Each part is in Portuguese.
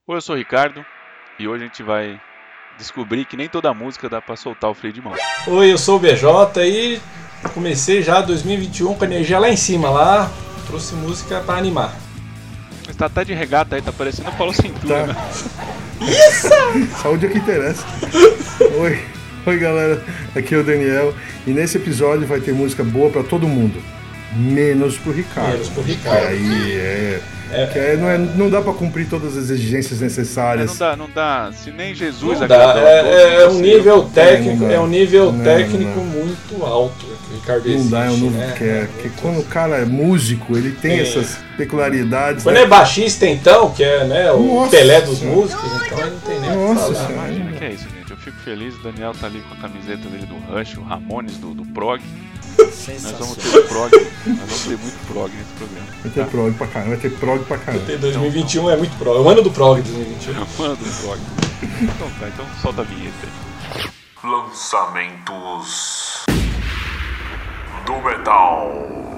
Oi, eu sou o Ricardo e hoje a gente vai descobrir que nem toda música dá pra soltar o freio de mão. Oi, eu sou o BJ e comecei já 2021 com a energia lá em cima, lá trouxe música pra animar. Mas tá até de regata aí, tá parecendo Paulo Cintura, né? Isso! Saúde é o que interessa. Oi galera, aqui é o Daniel e nesse episódio vai ter música boa pra todo mundo, menos pro Ricardo. Menos pro Ricardo. Aí não dá pra cumprir todas as exigências necessárias. Não dá, se nem Jesus Não agradou. dá, é um nível técnico, não. é um nível Não, técnico não. muito alto que o Ricardo Não exige, dá, eu não né? quero. Porque quando o cara é músico, ele tem essas peculiaridades. Quando né? é baixista então, que é, né, o Nossa Pelé dos Senhora. músicos, então ele não tem nem o que Nossa falar. Senhora. Imagina que é isso, gente. Eu fico feliz, o Daniel tá ali com a camiseta dele do Rush, o Ramones do Prog. Nós vamos ter prog, nós vamos ter muito prog nesse programa. Vai ter prog pra caramba, vai ter prog pra caramba. 2021 é muito prog, é o ano do prog 2021. Mano do prog. Então tá, então solta a vinheta aí. Lançamentos do metal.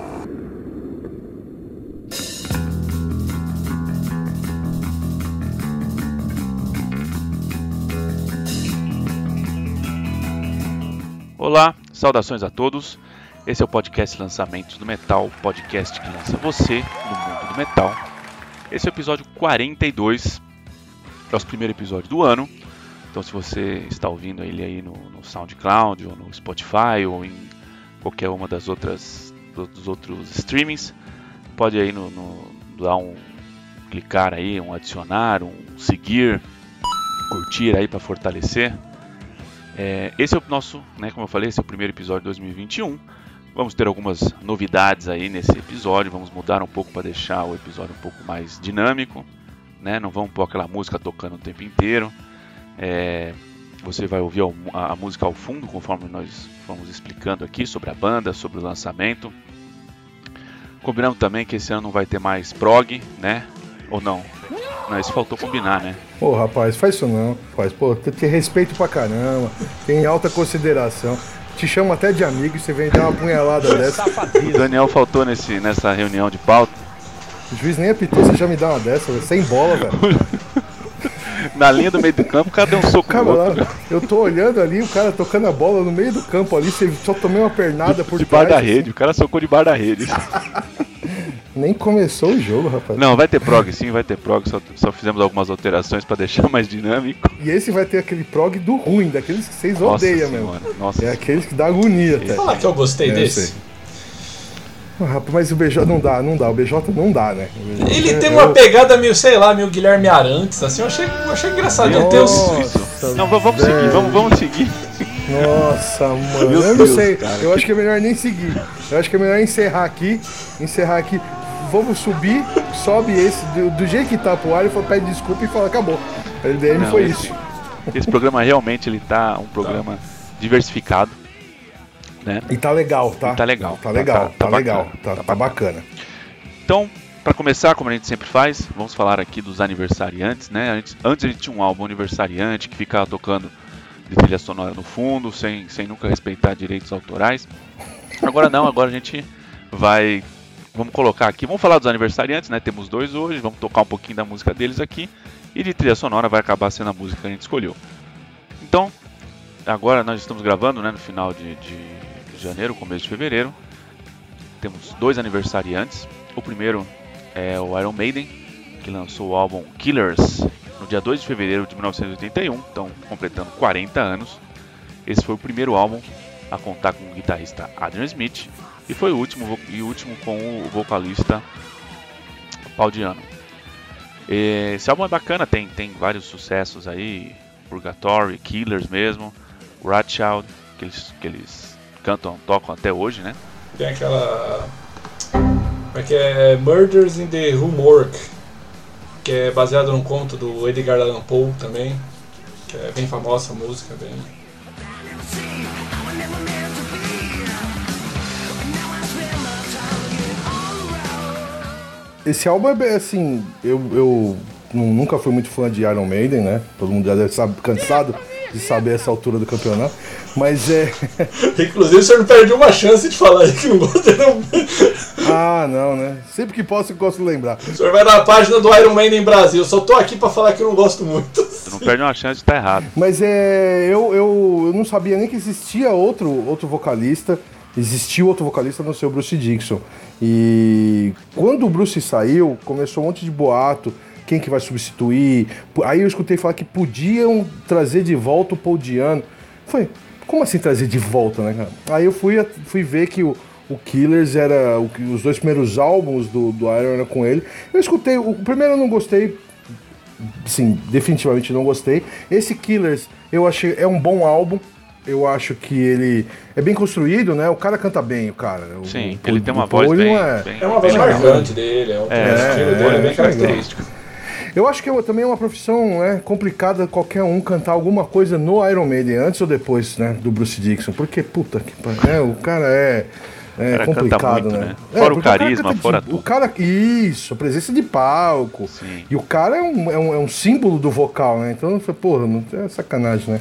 Olá, saudações a todos. Esse é o podcast Lançamentos do Metal, podcast que lança você no mundo do metal. Esse é o episódio 42, é o primeiro episódio do ano. Então se você está ouvindo ele aí no SoundCloud ou no Spotify ou em qualquer uma dos outros streamings, pode aí dar um clicar aí, um adicionar, um seguir, curtir aí para fortalecer. Esse é o nosso, né, como eu falei, esse é o primeiro episódio de 2021. Vamos ter algumas novidades aí nesse episódio, vamos mudar um pouco para deixar o episódio um pouco mais dinâmico, né? Não vamos pôr aquela música tocando o tempo inteiro. Você vai ouvir a música ao fundo, conforme nós fomos explicando aqui sobre a banda, sobre o lançamento. Combinamos também que esse ano não vai ter mais prog, né? Ou não? Não, isso faltou combinar, né? Ô rapaz, faz isso não. Pô, tem respeito pra caramba, tem alta consideração. Te chama até de amigo e você vem dar uma punhalada dessa. O Daniel faltou nessa reunião de pauta. O juiz nem apitou, você já me dá uma dessa, velho. Sem bola, velho. Na linha do meio do campo, o cara deu um soco Cara, no lá, outro. eu tô olhando ali, o cara tocando a bola no meio do campo ali, você só tomei uma pernada por Debaixo trás. da rede, o cara socou debaixo da rede. Nem começou o jogo, rapaz. Não, vai ter prog sim, vai ter prog, só fizemos algumas alterações pra deixar mais dinâmico. E esse vai ter aquele prog do ruim, daqueles que vocês Nossa odeiam senhora, mesmo. nossa É aqueles que dá agonia até. Falar que eu gostei Eu desse. sei. Ah, rapaz, mas o BJ não dá, o BJ não dá, né? O BJ Ele tem uma pegada meio, sei lá, meio Guilherme Arantes, assim, eu achei engraçado. Ele tem os... Nossa, Não, vamos seguir, vamos seguir. Nossa, mano, Meu eu não Deus, sei. cara. Eu acho que é melhor nem seguir. Eu acho que é melhor encerrar aqui. Vamos subir, sobe esse, do jeito que tá pro ar, pede desculpa e fala, acabou. A LDM Não, foi esse- isso. Esse programa realmente ele tá um programa diversificado, né? E tá legal, tá? Tá legal. Tá legal, Tá legal. bacana, Tá bacana. Então, para começar, como a gente sempre faz, vamos falar aqui dos aniversariantes, né? Antes a gente tinha um álbum aniversariante que ficava tocando de trilha sonora no fundo, sem nunca respeitar direitos autorais. Agora não, agora a gente vamos colocar aqui, vamos falar dos aniversariantes, né? Temos dois hoje, vamos tocar um pouquinho da música deles aqui. E de trilha sonora vai acabar sendo a música que a gente escolheu. Então, agora nós estamos gravando, né, no final de janeiro, começo de fevereiro. Temos dois aniversariantes. O primeiro é o Iron Maiden, que lançou o álbum Killers no dia 2 de fevereiro de 1981, então completando 40 anos. Esse foi o primeiro álbum a contar com o guitarrista Adrian Smith e foi o último com o vocalista Paul Di'Anno. Esse álbum é bacana, tem vários sucessos aí, Purgatory, Killers mesmo, Wrathchild, que eles tocam até hoje, né? Tem aquela... Como é que é? Murders in the Homework, que é baseado num conto do Edgar Allan Poe também, que é bem famosa a música, bem... Esse álbum é assim, eu nunca fui muito fã de Iron Maiden, né? Todo mundo já deve estar cansado de saber essa altura do campeonato. Mas Inclusive, o senhor não perde uma chance de falar aí que não gosta, não. Ah, não, né? Sempre que posso, eu gosto de lembrar. O senhor vai na página do Iron Maiden Brasil. Eu só tô aqui pra falar que eu não gosto muito. Você não perde uma chance de estar errado. Mas eu não sabia nem que existia outro vocalista. Existiu outro vocalista, não sei, o Bruce Dickinson. E quando o Bruce saiu, começou um monte de boato. Quem que vai substituir? Aí eu escutei falar que podiam trazer de volta o Paul Di'Anno. Falei, como assim trazer de volta, né, cara? Aí eu fui ver que o Killers era... os 2 primeiros álbuns do Iron era com ele. Eu escutei... O primeiro eu não gostei. Sim, definitivamente não gostei. Esse Killers, eu achei... É um bom álbum. Eu acho que ele é bem construído, né? O cara canta bem, o cara. Sim, ele tem uma voz bem... É uma voz marcante dele. O estilo dele é bem característico. Eu acho que também é uma profissão complicada qualquer um cantar alguma coisa no Iron Maiden, antes ou depois, né, do Bruce Dickinson. Porque, puta que pariu, o cara é complicado, muito, né? Fora o carisma, fora tudo. O cara, isso, a presença de palco. Sim. E o cara é um símbolo do vocal, né? Então, porra, não é sacanagem, né?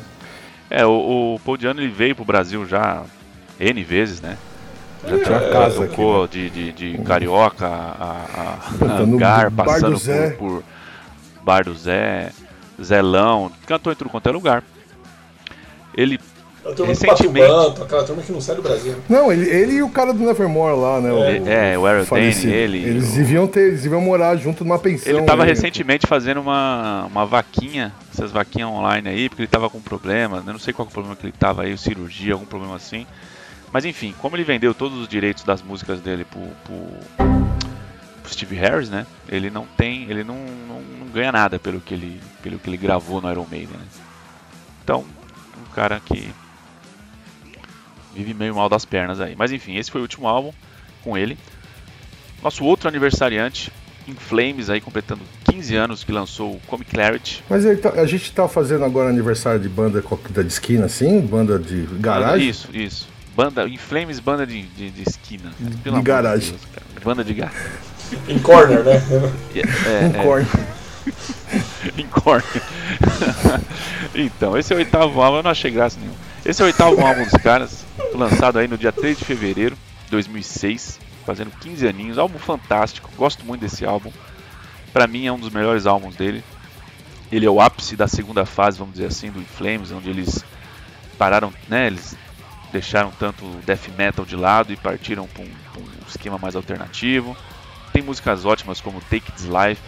O Paul Di'Anno, ele veio pro Brasil já N vezes, né? Já tocou de Carioca a Hangar, passando por Bar do Zé, Zelão, cantou em tudo quanto é lugar. Ele recentemente... aquela turma que não sai do Brasil. Não, ele e o cara do Nevermore lá, né? O Aaron Dane, Eles deviam morar junto numa pensão. Ele tava recentemente fazendo uma vaquinha, essas vaquinhas online aí, porque ele tava com problemas, né? Não sei qual que é o problema que ele tava aí, cirurgia, algum problema assim. Mas enfim, como ele vendeu todos os direitos das músicas dele pro Steve Harris, né? Ele não ganha nada pelo que ele gravou no Iron Maiden, né? Então, um cara que vive meio mal das pernas aí. Mas enfim, esse foi o último álbum com ele. Nosso outro aniversariante, In Flames, aí completando 15 anos, que lançou o Comic Clarity. Mas a gente tá fazendo agora aniversário de banda da esquina, assim? Banda de garagem? Isso. Banda, In Flames, banda de esquina. De garagem. Deus, banda de garagem. Em corner, né? Corner. Em corner. Então, esse é o 8º álbum, eu não achei graça nenhuma. Esse é o 8º álbum dos caras, lançado aí no dia 3 de fevereiro de 2006, fazendo 15 aninhos. Álbum fantástico, gosto muito desse álbum. Pra mim é um dos melhores álbuns dele. Ele é o ápice da segunda fase, vamos dizer assim, do In Flames, onde eles pararam, né, eles deixaram tanto o death metal de lado e partiram pra um esquema mais alternativo. Tem músicas ótimas como Take This Life.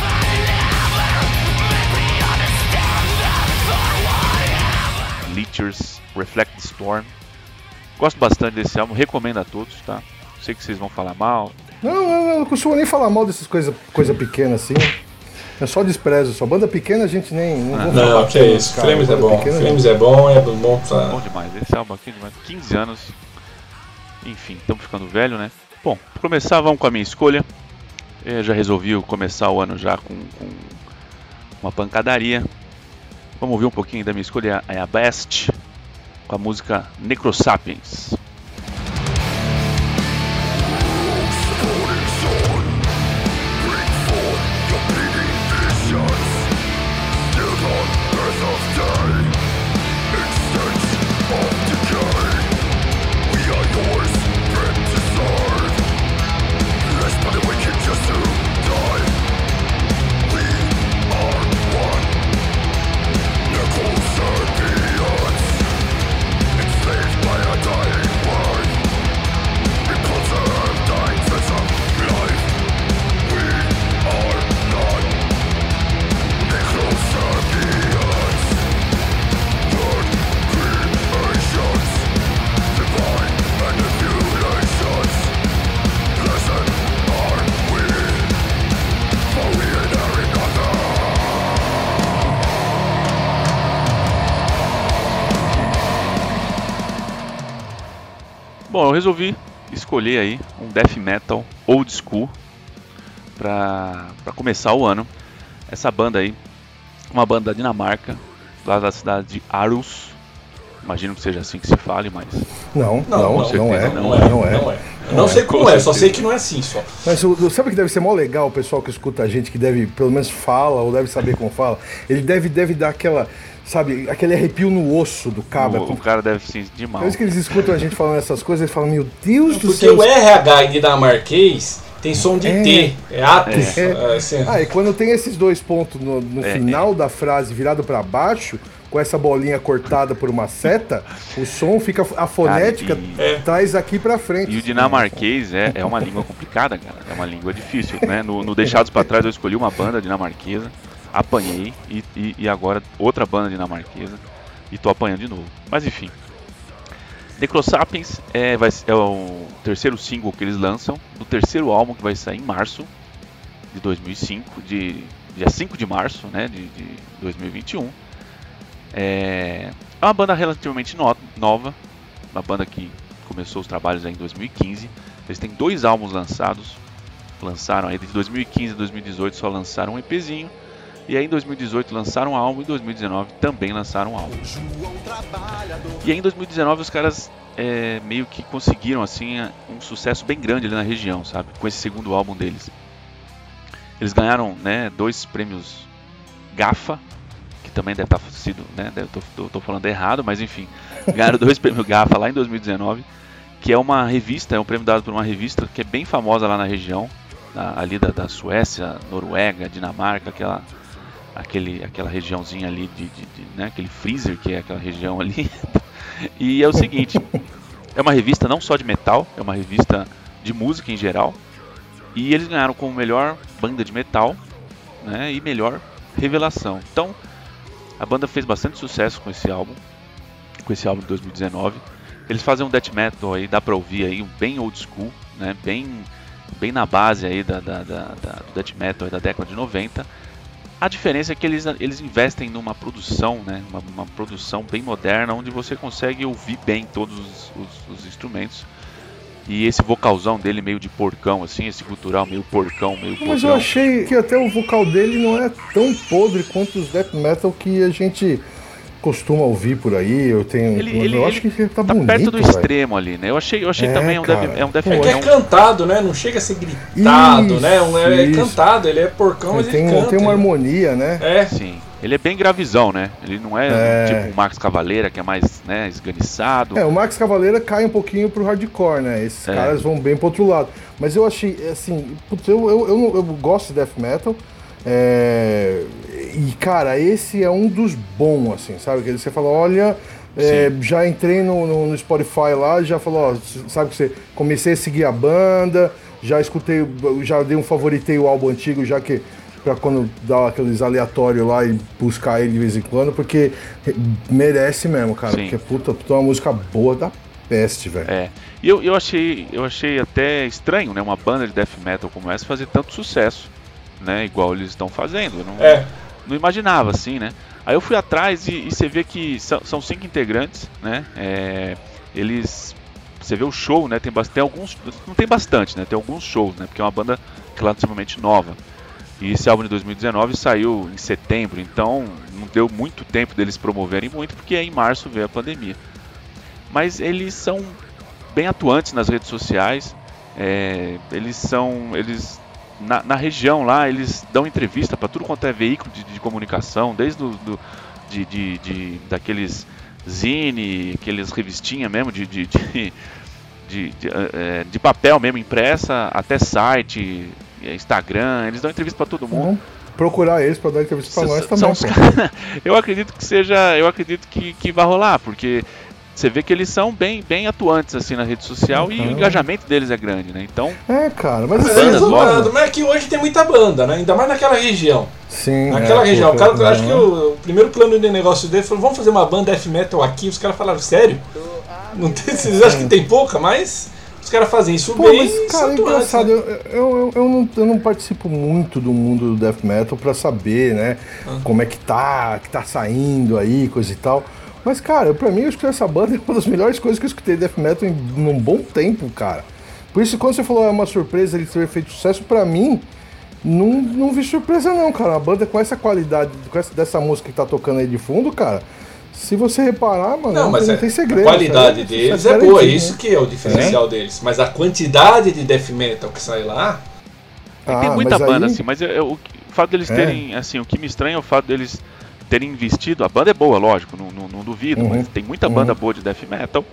Leechers, Reflect the Storm. Gosto bastante desse álbum, recomendo a todos, tá? Sei que vocês vão falar mal. Não costumo nem falar mal dessas coisa pequena assim. É só desprezo, só banda pequena a gente nem... Não, que é isso, Flames é bom. Flames é bom pra... Bom demais, esse álbum aqui é demais. 15 anos. Enfim, estamos ficando velho, né? Bom, para começar, vamos com a minha escolha. Eu já resolvi começar o ano já com uma pancadaria. Vamos ouvir um pouquinho da minha escolha, é a Best, com a música Necrosapiens. Bom, eu resolvi escolher aí um death metal old school pra começar o ano. Essa banda aí, uma banda da Dinamarca, lá da cidade de Aarhus. Imagino que seja assim que se fale, mas... Não é. Não sei como é, só sei que não é assim só. Mas sabe que deve ser mó legal o pessoal que escuta a gente, que deve, pelo menos fala, ou deve saber como fala? Ele deve dar aquela, sabe, aquele arrepio no osso do cabra. O cara deve se sentir mal. Por isso que eles escutam a gente falando essas coisas, eles falam, meu Deus do Porque céu. o RH dinamarquês tem som de T, é atos. Assim. E quando tem esses dois pontos no final da frase virado pra baixo, com essa bolinha cortada por uma seta, o som fica, a fonética traz aqui pra frente. E o dinamarquês é uma língua complicada, cara. É uma língua difícil, né? No Deixados pra Trás eu escolhi uma banda dinamarquesa, apanhei, e agora outra banda dinamarquesa, e tô apanhando de novo. Mas enfim. Necrosapiens é o terceiro single que eles lançam, do terceiro álbum que vai sair em março de 2005, dia 5 de março, né, de 2021. É uma banda relativamente nova, uma banda que começou os trabalhos aí em 2015. Eles têm 2 álbuns lançaram aí de 2015 a 2018 só lançaram um EPzinho. E aí em 2018 lançaram um álbum, e em 2019 também lançaram um álbum. E aí em 2019 os caras meio que conseguiram assim um sucesso bem grande ali na região, sabe? Com esse segundo álbum deles. Eles ganharam, né, 2 prêmios GAFA, que também deve estar sido, né? Tô falando errado, mas enfim, ganharam 2 prêmios GAFA lá em 2019, que é uma revista, é um prêmio dado por uma revista que é bem famosa lá na região, ali da Suécia, Noruega, Dinamarca, aquela regiãozinha ali né, aquele freezer que é aquela região ali. E é o seguinte, é uma revista não só de metal, é uma revista de música em geral, e eles ganharam como melhor banda de metal, né, e melhor revelação. Então a banda fez bastante sucesso com esse álbum de 2019. Eles fazem um death metal aí, dá pra ouvir aí, um bem old school, né, bem na base aí do death metal aí da década de 90. A diferença é que eles investem numa produção, né, uma produção bem moderna, onde você consegue ouvir bem todos os instrumentos. E esse vocalzão dele meio de porcão, assim, esse gutural meio porcão, meio podrão. Mas eu achei que até o vocal dele não é tão podre quanto os death metal que a gente costuma ouvir por aí. Eu acho que ele tá bonito, perto do extremo ali, né? Eu achei também um death metal. É cantado, né? Não chega a ser gritado, né? É cantado, ele é porcão, mas ele canta. Tem uma harmonia, né? Sim. Ele é bem gravizão, né? Ele não é tipo o Max Cavaleira, que é mais, né, esganiçado. O Max Cavaleira cai um pouquinho pro hardcore, né? Esses caras vão bem pro outro lado. Mas eu achei, assim, putz, eu gosto de death metal. E, cara, esse é um dos bons, assim, sabe? Que você fala, olha, já entrei no Spotify lá, já falou, ó, sabe que você comecei a seguir a banda, já escutei, já dei um favoritei o álbum antigo, já que pra quando dá aqueles aleatórios lá e buscar ele de vez em quando, porque merece mesmo, cara. Sim. Porque puta, uma música boa da peste, velho. E eu achei até estranho, né, uma banda de death metal como essa fazer tanto sucesso, né, igual eles estão fazendo. Eu não imaginava, assim, né. Aí eu fui atrás e você vê que são 5 integrantes, né, você vê o show, né, tem alguns, não tem bastante, né, tem alguns shows, né, porque é uma banda relativamente nova. E esse álbum de 2019 saiu em setembro, então não deu muito tempo deles promoverem muito, porque em março veio a pandemia. Mas eles são bem atuantes nas redes sociais, na região lá, eles dão entrevista para tudo quanto é veículo de comunicação, desde daqueles zine, aqueles revistinhas mesmo de papel mesmo impressa, até site, Instagram, eles dão entrevista pra todo mundo. Procurar eles pra dar entrevista pra nós também. Eu acredito que vai rolar, porque você vê que eles são bem atuantes assim na rede social e o engajamento deles é grande, né? Então. Cara, mas mas é que hoje tem muita banda, né? Ainda mais naquela região. Sim. Naquela região. O cara, acho que o primeiro plano de negócio dele foi: vamos fazer uma banda death metal aqui. Os caras falaram, sério? Não tem, vocês acham que tem pouca, mas os caras fazem isso bem. Mas, cara, é engraçado, né? eu não participo muito do mundo do death metal pra saber, né, como é que tá saindo aí, coisa e tal. Mas, cara, pra mim, eu escutei essa banda, é uma das melhores coisas que eu escutei death metal em um bom tempo, cara. Por isso, quando você falou é uma surpresa ele ter feito sucesso, pra mim, não vi surpresa não, cara. Uma banda com essa qualidade, dessa música que tá tocando aí de fundo, cara, Se você reparar, mano, Não, mas não tem segredo. a qualidade deles é boa, isso né? que é o diferencial deles. Mas a quantidade de death metal que sai lá... Tem muita mas banda, aí- assim, mas o fato deles terem, assim, o que me estranha é o fato deles terem investido. A banda é boa, lógico, não duvido, mas tem muita banda boa de death metal.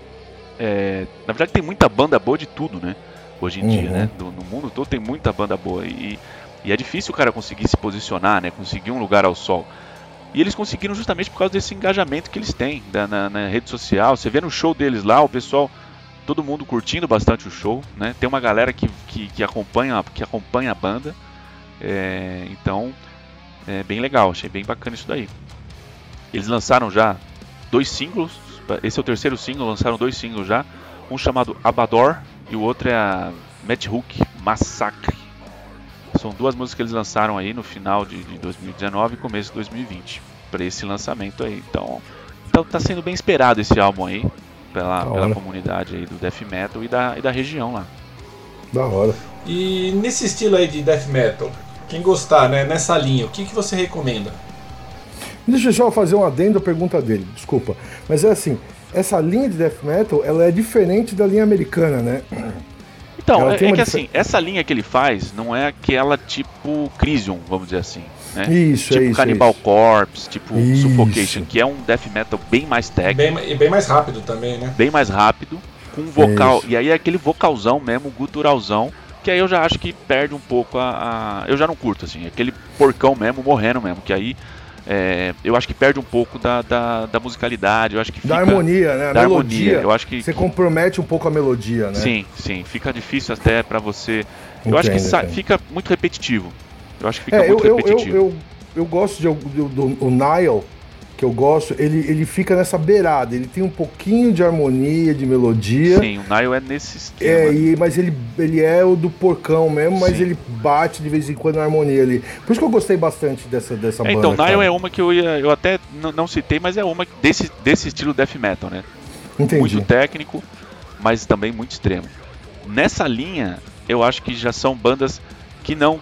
Na verdade, tem muita banda boa de tudo, né? Hoje em dia, né? No mundo todo tem muita banda boa. E é difícil o cara conseguir se posicionar, né? Conseguir um lugar ao sol. E eles conseguiram justamente por causa desse engajamento que eles têm na rede social. Você vê no show deles lá, o pessoal, todo mundo curtindo bastante o show, né? Tem uma galera que acompanha a banda. Então, é bem legal, achei bem bacana isso daí. Eles lançaram já 2 singles, esse é o terceiro single, lançaram 2 singles já. Um chamado Abador e o outro é a Matt Hook Massacre. São 2 músicas que eles lançaram aí no final de 2019 e começo de 2020 para esse lançamento aí. Então tá sendo bem esperado esse álbum aí pela comunidade aí do death metal e da região lá. Da hora. E nesse estilo aí de death metal, quem gostar, né, nessa linha, o que você recomenda? Deixa eu só fazer um adendo à pergunta dele, desculpa. Mas é assim, essa linha de death metal, ela é diferente da linha americana, né? Então, Ela tem é uma que assim, essa linha que ele faz não é aquela tipo Crisium, vamos dizer assim, né? Isso, tipo é isso. Cannibal é isso. Corpse, tipo Isso. Suffocation, que é um death metal bem mais técnico, E bem mais rápido também, né? bem mais rápido, com um vocal, Isso. e aí é aquele vocalzão mesmo, guturalzão, que aí eu já acho que perde um pouco eu já não curto, assim, aquele porcão mesmo, morrendo mesmo, que aí eu acho que perde um pouco da musicalidade, eu acho que fica... Da harmonia, né? A da melodia. harmonia, eu acho que... Você compromete um pouco a melodia, né? Sim, fica difícil até pra você... Eu acho que Entendo. fica muito repetitivo. Eu acho que fica muito repetitivo. Eu gosto do Nile, que eu gosto, ele fica nessa beirada, ele tem um pouquinho de harmonia, de melodia. Sim, o Nile é nesse esquema. Mas ele é o do porcão mesmo, mas Sim. ele bate de vez em quando na harmonia ali. Por isso que eu gostei bastante dessa banda. Então, Nile cara. é uma que eu até não citei, mas é uma desse estilo death metal, né? Entendi. Muito técnico, mas também muito extremo. Nessa linha, eu acho que já são bandas que não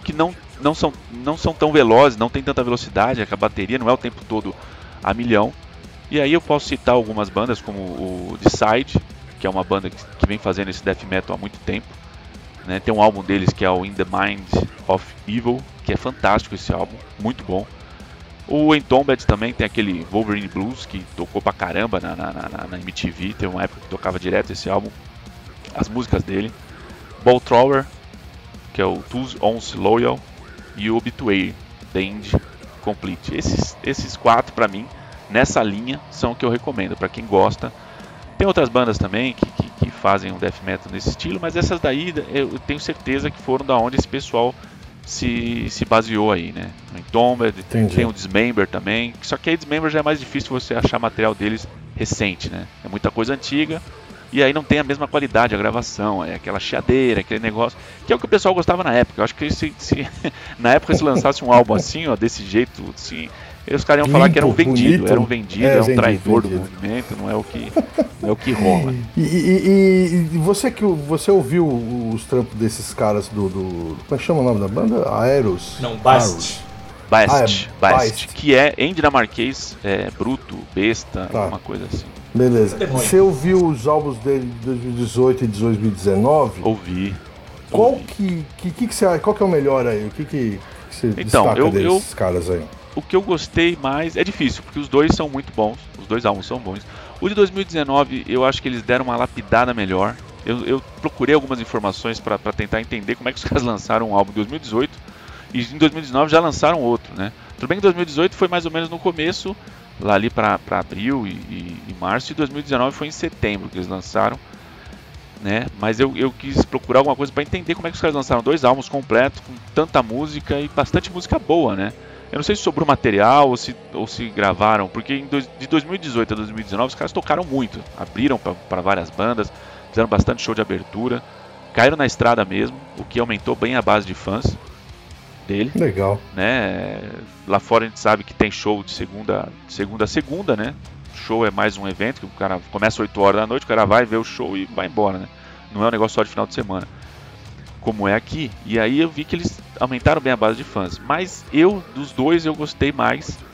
são tão velozes, não tem tanta velocidade, a bateria não é o tempo todo a milhão. E aí eu posso citar algumas bandas como o Decide, que é uma banda que vem fazendo esse death metal há muito tempo, né? Tem um álbum deles que é o In the Mind of Evil, que é fantástico esse álbum, muito bom. O Entombed também tem aquele Wolverine Blues, que tocou pra caramba na MTV, teve uma época que tocava direto esse álbum, as músicas dele. Ball Thrower, que é o Tools Ons Loyal, e o Obituary, The End Complete. Esses 4 pra mim, nessa linha, são o que eu recomendo pra quem gosta. Tem outras bandas também que fazem um death metal nesse estilo, mas essas daí eu tenho certeza que foram da onde esse pessoal se baseou aí, né? No Entombed, tem o Dismember também, só que aí Dismember já é mais difícil você achar material deles recente, né? É muita coisa antiga, e aí não tem a mesma qualidade a gravação, é aquela chiadeira, aquele negócio, que é o que o pessoal gostava na época. Eu acho que se na época se lançasse um álbum assim, ó, desse jeito, assim, os caras iam falar que era um vendido, era um traidor do movimento, não é o que rola. E você ouviu os trampos desses caras do como é que chama o nome da banda? Aeros? Não, Bast. Bast, que é em dinamarquês, bruto, besta, alguma coisa assim. Beleza. Você ouviu os álbuns dele de 2018 e de 2019? Ouvi. Qual que você acha? Qual que é o melhor aí? O que você destaca desses caras aí? O que eu gostei mais é difícil, porque os dois são muito bons, os 2 álbuns são bons. O de 2019 eu acho que eles deram uma lapidada melhor. Eu procurei algumas informações para tentar entender como é que os caras lançaram um álbum em 2018 e em 2019 já lançaram outro, né? Tudo bem que 2018 foi mais ou menos no começo, lá ali para abril e março, e 2019 foi em setembro que eles lançaram, né? Mas eu quis procurar alguma coisa para entender como é que os caras lançaram 2 álbuns completos, com tanta música e bastante música boa, né? Eu não sei se sobrou material ou se gravaram, porque de 2018 a 2019 os caras tocaram muito, abriram para várias bandas, fizeram bastante show de abertura, caíram na estrada mesmo, o que aumentou bem a base de fãs dele. Legal. Né? Lá fora a gente sabe que tem show de segunda a segunda, né? Show é mais um evento que o cara começa 8 horas da noite, o cara vai ver o show e vai embora, né? Não é um negócio só de final de semana, como é aqui. E aí eu vi que eles aumentaram bem a base de fãs, mas dos dois eu gostei mais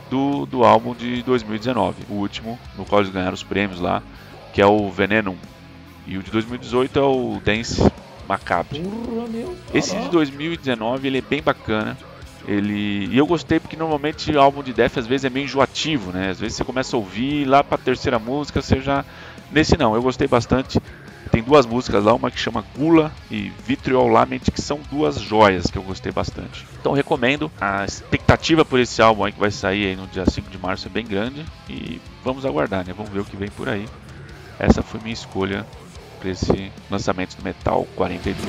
do álbum de 2019, o último, no qual eles ganharam os prêmios lá, que é o Venenum. E o de 2018 é o Dance Macabre. Esse de 2019 ele é bem bacana. E eu gostei porque normalmente o álbum de Death às vezes é meio enjoativo, né? Às vezes você começa a ouvir, lá pra terceira música você já... Nesse não, eu gostei bastante. Tem 2 músicas lá, uma que chama Gula e Vitriol Lament, que são 2 joias que eu gostei bastante. Então recomendo. A expectativa por esse álbum aí que vai sair aí no dia 5 de março é bem grande. E vamos aguardar, né? Vamos ver o que vem por aí. Essa foi minha escolha para esse lançamento do Metal 42.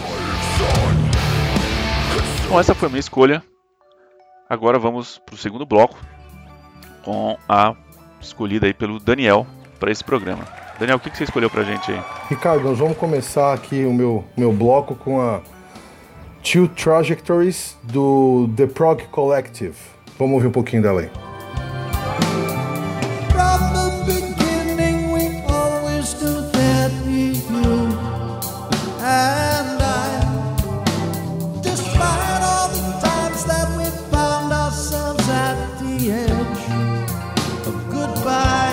Bom, essa foi a minha escolha. Agora vamos para o segundo bloco, com a escolhida aí pelo Daniel para esse programa. Daniel, o que você escolheu pra gente aí? Ricardo, nós vamos começar aqui o meu bloco com a Two Trajectories do The Prog Collective. Vamos ouvir um pouquinho dela aí. From the beginning we always knew that we you and I, despite all the times that we found ourselves at the edge of goodbye,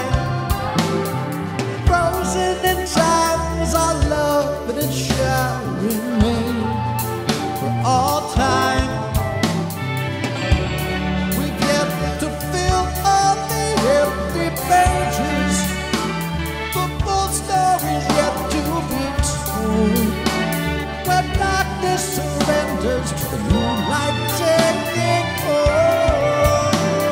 frozen in time was our love, and it shall remain for all time. We get to fill all the empty pages, the full stories yet to be told. When darkness surrenders to the moonlight taking hold,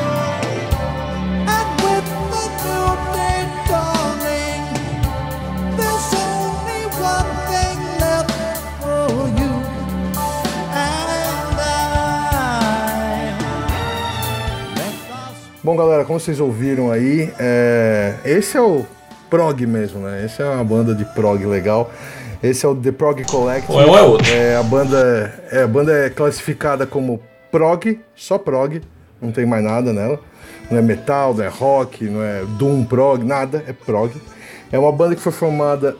and with the new day dawning, there's only one thing left for you and I. Bom, galera, como vocês ouviram aí, esse é o prog mesmo, né? Esse é uma banda de prog legal. Esse é o The Prog Collective. Ou é um é outro. A banda é classificada como prog, só prog, não tem mais nada nela. Não é metal, não é rock, não é doom prog, nada, é prog. É uma banda que foi formada...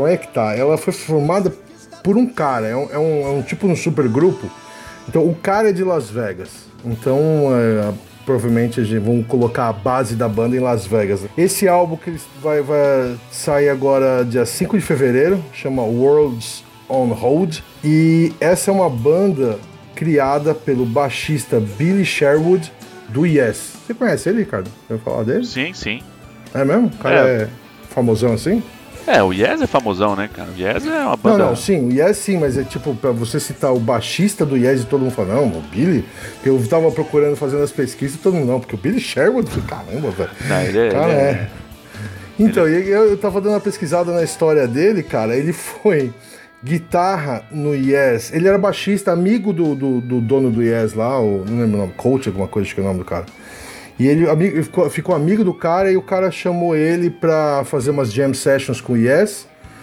Ela foi formada por um cara, é um tipo um supergrupo. Então, o cara é de Las Vegas. Então, provavelmente vão colocar a base da banda em Las Vegas. Esse álbum que vai sair agora dia 5 de fevereiro, chama Worlds on Hold. E essa é uma banda criada pelo baixista Billy Sherwood, do Yes. Você conhece ele, Ricardo? Eu falar dele? Sim, sim. É mesmo? O cara é famosão assim? O Yes é famosão, né, cara? O Yes é uma banda... Não, sim, o Yes sim, mas é tipo, pra você citar o baixista do Yes e todo mundo fala, não, o Billy, porque eu tava procurando, fazendo as pesquisas e todo mundo, não, porque o Billy Sherwood, caramba, velho. Não, ele é... Então, eu tava dando uma pesquisada na história dele, cara, ele foi guitarra no Yes, ele era baixista, amigo do dono do Yes lá, não lembro o nome, Coach, alguma coisa, acho que é o nome do cara. E ele ficou amigo do cara e o cara chamou ele pra fazer umas jam sessions com o Yes.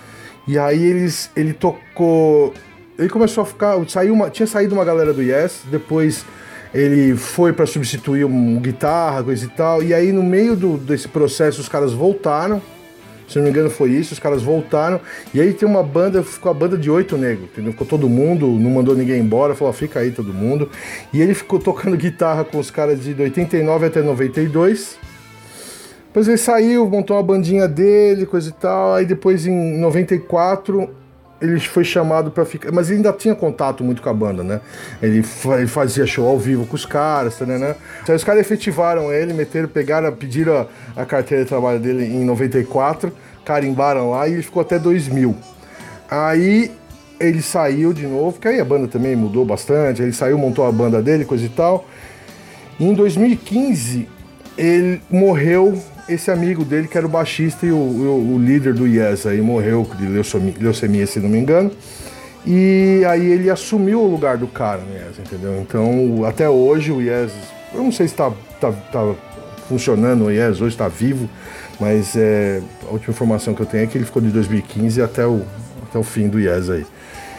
E aí ele tocou... Ele começou a ficar... tinha saído uma galera do Yes, depois ele foi pra substituir um guitarra, coisa e tal. E aí no meio desse processo os caras voltaram. Se não me engano foi isso, os caras voltaram. E aí tem uma banda, ficou a banda de 8 negros, entendeu? Ficou todo mundo, não mandou ninguém embora, falou, fica aí todo mundo. E ele ficou tocando guitarra com os caras de 89 até 92. Depois ele saiu, montou uma bandinha dele, coisa e tal. Aí depois em 94 ele foi chamado pra ficar... Mas ele ainda tinha contato muito com a banda, né? Ele fazia show ao vivo com os caras, né? Então os caras efetivaram ele, pediram a carteira de trabalho dele em 94, carimbaram lá e ele ficou até 2000. Aí ele saiu de novo, porque aí a banda também mudou bastante, ele saiu, montou a banda dele, coisa e tal. E em 2015 ele morreu... Esse amigo dele, que era o baixista e o líder do Yes, aí morreu de leucemia, se não me engano. E aí ele assumiu o lugar do cara no Yes, entendeu? Então, até hoje o Yes, eu não sei se tá funcionando o Yes, hoje está vivo, mas a última informação que eu tenho é que ele ficou de 2015 até o fim do Yes aí.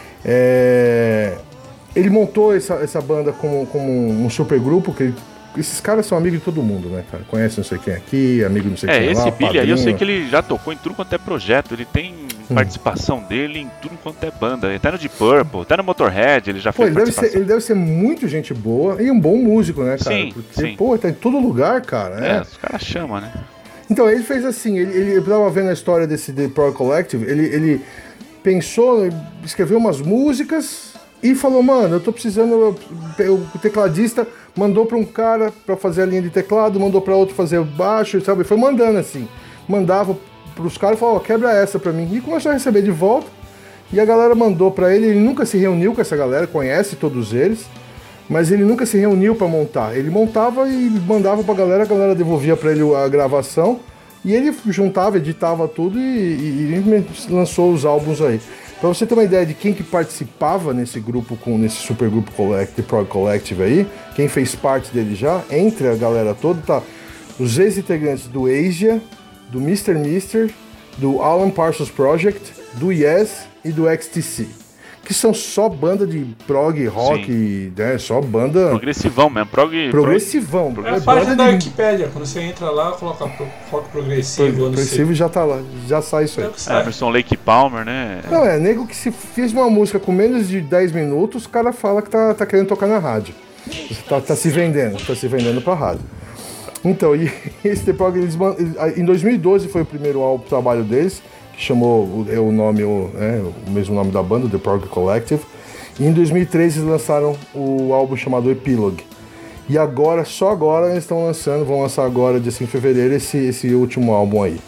Ele montou essa banda como um supergrupo, que esses caras são amigos de todo mundo, né, cara? Conhece não sei quem aqui, amigo não sei quem lá, esse Billy padrinho. aí eu sei que ele já tocou em tudo quanto é projeto. Ele tem participação dele em tudo quanto é banda. Até no Deep Purple, até no Motorhead ele já Pô, fez participação. ele deve ser muito gente boa e um bom músico, né, cara? Sim, Porque, sim. pô, tá em todo lugar, cara. É, os caras chamam, né? Então, ele fez assim, eu tava vendo a história desse The Prog Collective, ele pensou, escreveu umas músicas e falou, mano, eu tô precisando, o tecladista mandou pra um cara pra fazer a linha de teclado, mandou pra outro fazer o baixo, sabe? Foi mandando assim, mandava pros caras e falou, ó, quebra essa pra mim. E começou a receber de volta, e a galera mandou pra ele nunca se reuniu com essa galera, conhece todos eles, mas ele nunca se reuniu pra montar. Ele montava e mandava pra galera, a galera devolvia pra ele a gravação, e ele juntava, editava tudo e lançou os álbuns aí. Pra você ter uma ideia de quem que participava nesse grupo, nesse supergrupo Prog Collective aí, quem fez parte dele já, entre a galera toda, tá os ex-integrantes do Asia, do Mr. Mister, do Alan Parsons Project, do Yes e do XTC. Que são só banda de prog, rock, né? Só banda... Progressivão mesmo, progressivão. É a página da Wikipédia, quando você entra lá, coloca rock progressivo. Progressivo já tá lá, já sai isso aí. Emerson Lake Palmer, né? Não, nego que se fez uma música com menos de 10 minutos, o cara fala que tá querendo tocar na rádio. Tá se vendendo pra rádio. Então, e esse The Prog, em 2012 foi o primeiro trabalho deles, que chamou o nome, o mesmo nome da banda, The Prog Collective. E em 2013 eles lançaram o álbum chamado Epilogue. E agora, só agora, eles vão lançar agora, dia 5 de fevereiro, esse último álbum aí.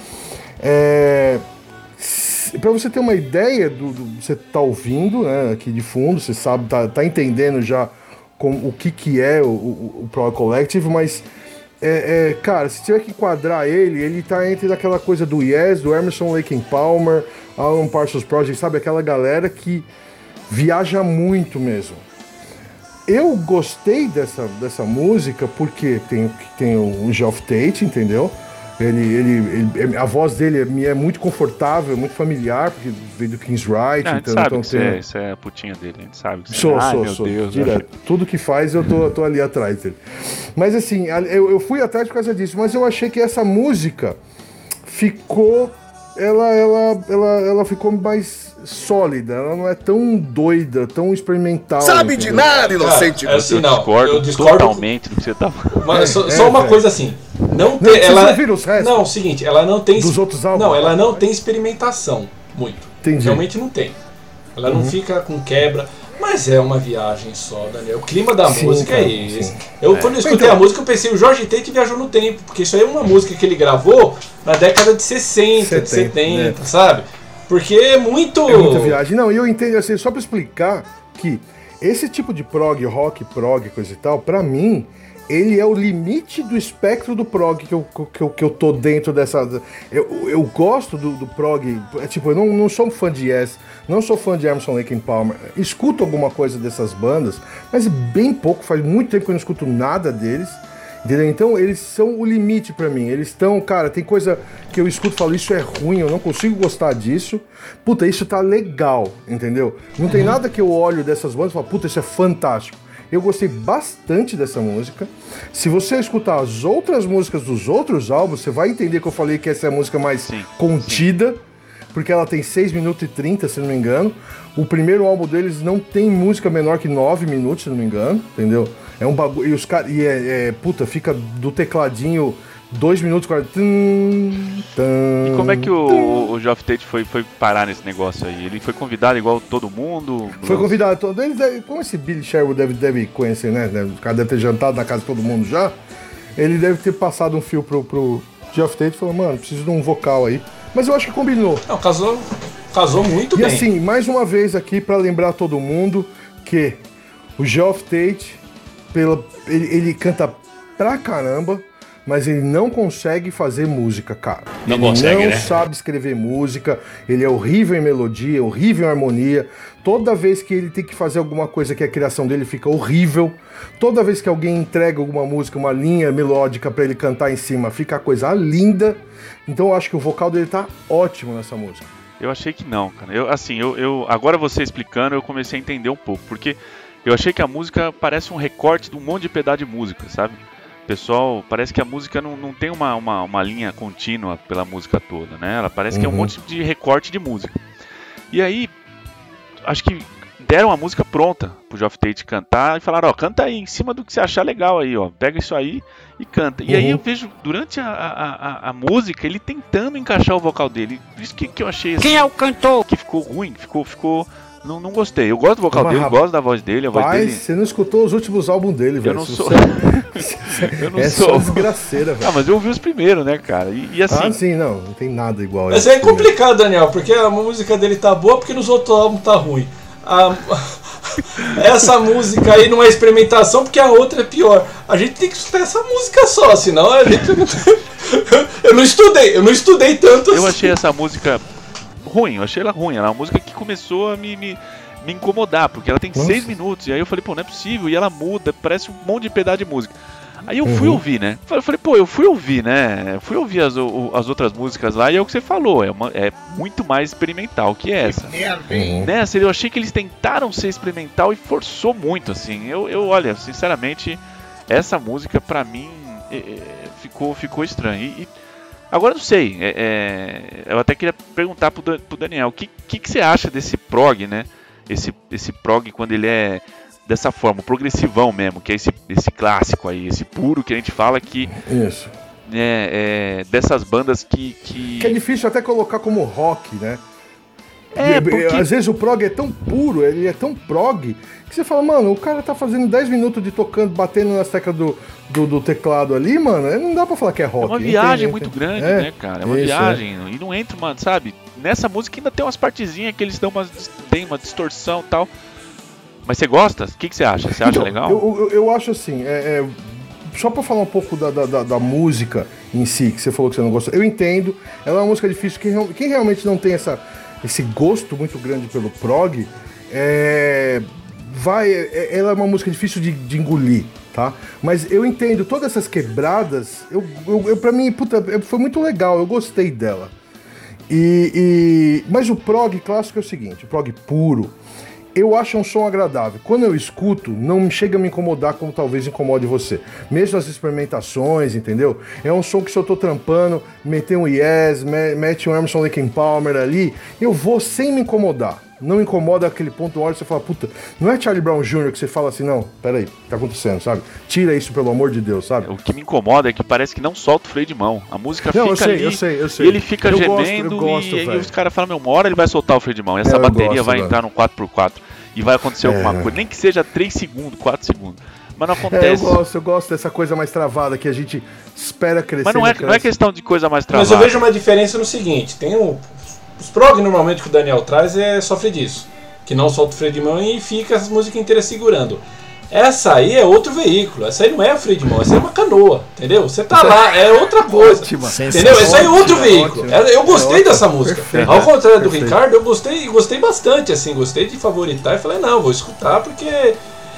Pra você ter uma ideia você tá ouvindo, né, aqui de fundo, você sabe, tá entendendo já o que é o Prog Collective, mas... cara, se tiver que enquadrar ele tá entre aquela coisa do Yes, do Emerson Lake Palmer, Alan Parsons Project, sabe? Aquela galera que viaja muito mesmo. Eu gostei dessa música porque tem o Geoff Tate, entendeu? A voz dele é muito confortável, muito familiar, porque veio do King's Right. Não, a gente sabe que isso é a putinha dele, a gente sabe que sou, meu Deus, direto. Tudo que faz eu tô ali atrás dele. Mas assim, eu fui atrás por causa disso, mas eu achei que essa música ficou... Ela ficou mais sólida, ela não é tão doida, tão experimental. Sabe de nada, inocente! Cara, assim, eu discordo totalmente do que você tá falando. Mas só uma coisa assim, ela viram os restos? Não, o seguinte, ela não tem dos outros álbuns. Não, ela não tem experimentação muito. Entendi. Realmente não tem. Ela não fica com quebra, mas é uma viagem só, Daniel. O clima da música é esse. Quando eu escutei a música, eu pensei, o Jorge Tate viajou no tempo, porque isso aí é uma música que ele gravou na década de 60, de 70, sabe? Porque é muito... É muita viagem. Não, e eu entendo, assim, só pra explicar que esse tipo de prog, rock, prog, coisa e tal, pra mim, ele é o limite do espectro do prog que eu tô dentro dessa... Eu gosto do prog, tipo, eu não sou um fã de Yes, não sou fã de Emerson Lake Palmer, escuto alguma coisa dessas bandas, mas bem pouco, faz muito tempo que eu não escuto nada deles, entendeu? Então eles são o limite pra mim, eles estão, cara, tem coisa que eu escuto e falo, isso é ruim, eu não consigo gostar disso, puta, isso tá legal, entendeu? Não tem nada que eu olho dessas bandas e falo, puta, isso é fantástico. Eu gostei bastante dessa música. Se você escutar as outras músicas dos outros álbuns, você vai entender que eu falei que essa é a música mais contida, porque ela tem 6 minutos e 30, se não me engano. O primeiro álbum deles não tem música menor que 9 minutos, se não me engano, entendeu? É um bagulho. E os caras. Puta, fica do tecladinho 2 minutos e 40. E como é que o Geoff Tate foi parar nesse negócio aí? Ele foi convidado igual todo mundo? Foi convidado todo. Como esse Billy Sherwood deve conhecer, né? O cara deve ter jantado na casa de todo mundo já. Ele deve ter passado um fio pro Geoff Tate e falou, mano, preciso de um vocal aí. Mas eu acho que combinou. Não, casou muito bem. E assim, mais uma vez aqui pra lembrar todo mundo que o Geoff Tate, ele canta pra caramba, mas ele não consegue fazer música, cara. Não ele consegue, não né? sabe escrever música, ele é horrível em melodia, horrível em harmonia. Toda vez que ele tem que fazer alguma coisa que a criação dele fica horrível, toda vez que alguém entrega alguma música, uma linha melódica pra ele cantar em cima, fica a coisa linda. Então eu acho que o vocal dele tá ótimo nessa música. Eu achei que não, cara. Agora você explicando, eu comecei a entender um pouco, porque eu achei que a música parece um recorte de um monte de pedaço de música, sabe? Pessoal, parece que a música não tem uma linha contínua pela música toda, né? Ela parece que é um monte de recorte de música. E aí, acho que deram a música pronta pro Geoff Tate cantar e falaram, ó, canta aí, em cima do que você achar legal aí, ó, pega isso aí e canta. E aí eu vejo, durante a música, ele tentando encaixar o vocal dele. Isso que eu achei assim, Quem é o cantor? que ficou ruim, ficou não gostei. Eu gosto do vocal dele, gosto da voz dele, a voz dele... Você não escutou os últimos álbuns dele, velho. Eu não sou... Eu não sou. É só desgraceira, velho. Ah, mas eu ouvi os primeiros, né, cara? E assim... Ah, sim, não tem nada igual. Mas é complicado, Daniel, porque a música dele tá boa, porque nos outros álbuns tá ruim. Essa música aí não é experimentação, porque a outra é pior. A gente tem que estudar essa música só, senão a gente não tem... Eu não estudei tanto assim. Eu achei essa música ruim, eu achei ela ruim. Ela é uma música que começou a me incomodar, porque ela tem 6 minutos. E aí eu falei, pô, não é possível. E ela muda, parece um monte de pedaço de música. Aí eu fui ouvir, né? Eu falei, pô, eu fui ouvir, né? Eu fui ouvir as outras músicas lá e é o que você falou. É muito mais experimental que essa. Nessa, eu achei que eles tentaram ser experimental e forçou muito, assim. Eu olha, sinceramente, essa música pra mim ficou estranha. E agora não sei, eu até queria perguntar pro Daniel, o que você acha desse prog, né? Esse prog quando ele é dessa forma, progressivão mesmo, que é esse clássico aí, esse puro que a gente fala que... Isso. Dessas bandas que é difícil até colocar como rock, né? Porque... Às vezes o prog é tão puro, ele é tão prog, que você fala, mano, o cara tá fazendo 10 minutos de tocando, batendo nas teclas do teclado ali, mano, não dá pra falar que é rock. É uma viagem muito grande, né, cara? É uma viagem, e não entra, mano, sabe? Nessa música ainda tem umas partezinhas que eles tem uma distorção e tal. Mas você gosta? O que você acha? Você acha legal? Eu acho assim, só pra falar um pouco da música em si, que você falou que você não gosta, eu entendo, ela é uma música difícil, quem realmente não tem esse gosto muito grande pelo prog, ela é uma música difícil de engolir, tá? Mas eu entendo todas essas quebradas, pra mim, puta, foi muito legal, eu gostei dela. Mas o prog clássico é o seguinte, o prog puro, eu acho um som agradável. Quando eu escuto, não chega a me incomodar como talvez incomode você. Mesmo as experimentações, entendeu? É um som que se eu tô trampando, meter um Yes, mete um Emerson Lake and Palmer ali, eu vou sem me incomodar. Não incomoda aquele ponto hora que você fala, puta, não é Charlie Brown Jr. que você fala assim, não, peraí, tá acontecendo, sabe? Tira isso, pelo amor de Deus, sabe? O que me incomoda é que parece que não solta o freio de mão. A música não, fica ali, eu sei. E ele fica gemendo e os caras falam, uma hora ele vai soltar o freio de mão. E essa bateria vai entrar no 4x4 e vai acontecer alguma coisa. Nem que seja 3 segundos, 4 segundos. Mas não acontece. Eu gosto dessa coisa mais travada que a gente espera crescer. Mas não é questão de coisa mais travada. Mas eu vejo uma diferença no seguinte, os prog normalmente que o Daniel traz sofre disso. Que não solta o freio de mão e fica as músicas inteiras segurando. Essa aí é outro veículo, essa aí não é o freio de mão, essa aí é uma canoa, entendeu? Você tá lá, é outra coisa, entendeu? Essa aí é outro veículo. Eu gostei dessa música. Perfeito, ao contrário do Ricardo, eu gostei bastante, assim, gostei de favoritar e falei, não, vou escutar porque...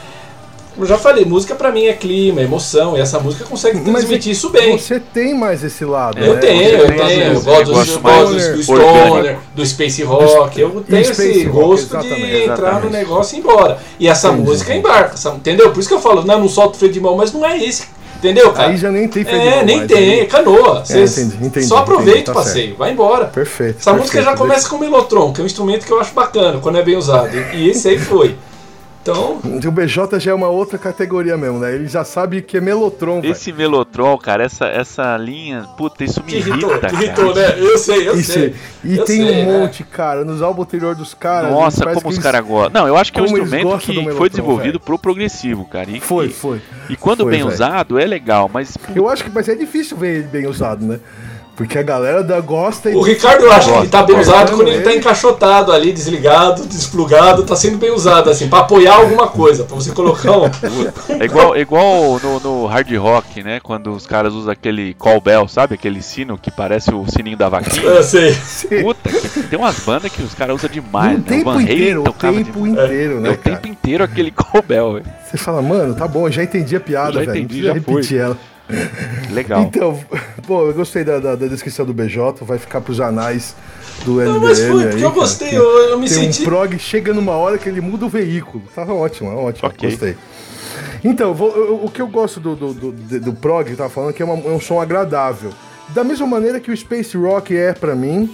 Eu já falei, música pra mim é clima, é emoção, e essa música consegue transmitir isso bem. Você tem mais esse lado, eu né? tenho. Eu gosto do Stoner, do Space Rock, eu tenho esse gosto de entrar no negócio e ir embora. E essa música embarca, entendeu? Por isso que eu falo, não solta o freio de mão, mas não é esse, entendeu, cara? Aí já nem tem freio de mão. Nem tem, é canoa. Entendi, só aproveita o passeio, vai embora. Perfeito. Essa música já começa com o Mellotron, que é um instrumento que eu acho bacana, quando é bem usado. E esse aí foi. Então... O BJ já é uma outra categoria mesmo, né? Ele já sabe que é Mellotron. Esse Mellotron, cara, essa linha, puta, isso me irrita, cara. Irritou, né? Eu sei. E tem um monte, cara, nos álbuns anteriores dos caras. Nossa, como os caras gostam. Não, eu acho que é um instrumento que foi desenvolvido pro progressivo, cara. Foi. E quando bem usado, é legal, mas... Eu acho que mas é difícil ver ele bem usado, né? Porque a galera gosta... O Ricardo acha que ele tá bem usado quando ele tá encaixotado ali, desligado, desplugado, tá sendo bem usado, assim, pra apoiar alguma coisa, pra você colocar um... É igual no hard rock, né? Quando os caras usam aquele call bell, sabe? Aquele sino que parece o sininho da vaquinha. Eu sei. Puta, tem umas bandas que os caras usam demais, né? O tempo inteiro, né, o tempo inteiro aquele call bell, velho. Você fala, mano, tá bom, já entendi a piada, velho. Já entendi, já repetir ela. Legal. Então, pô, eu gostei da descrição do BJ, vai ficar pros anais do LDM. Não, mas foi, porque eu gostei, eu me senti... Tem um prog, chega numa hora que ele muda o veículo. Tava ótimo, okay. Gostei. Então, o que eu gosto do prog, que eu tava falando, que é um som agradável. Da mesma maneira que o Space Rock é pra mim,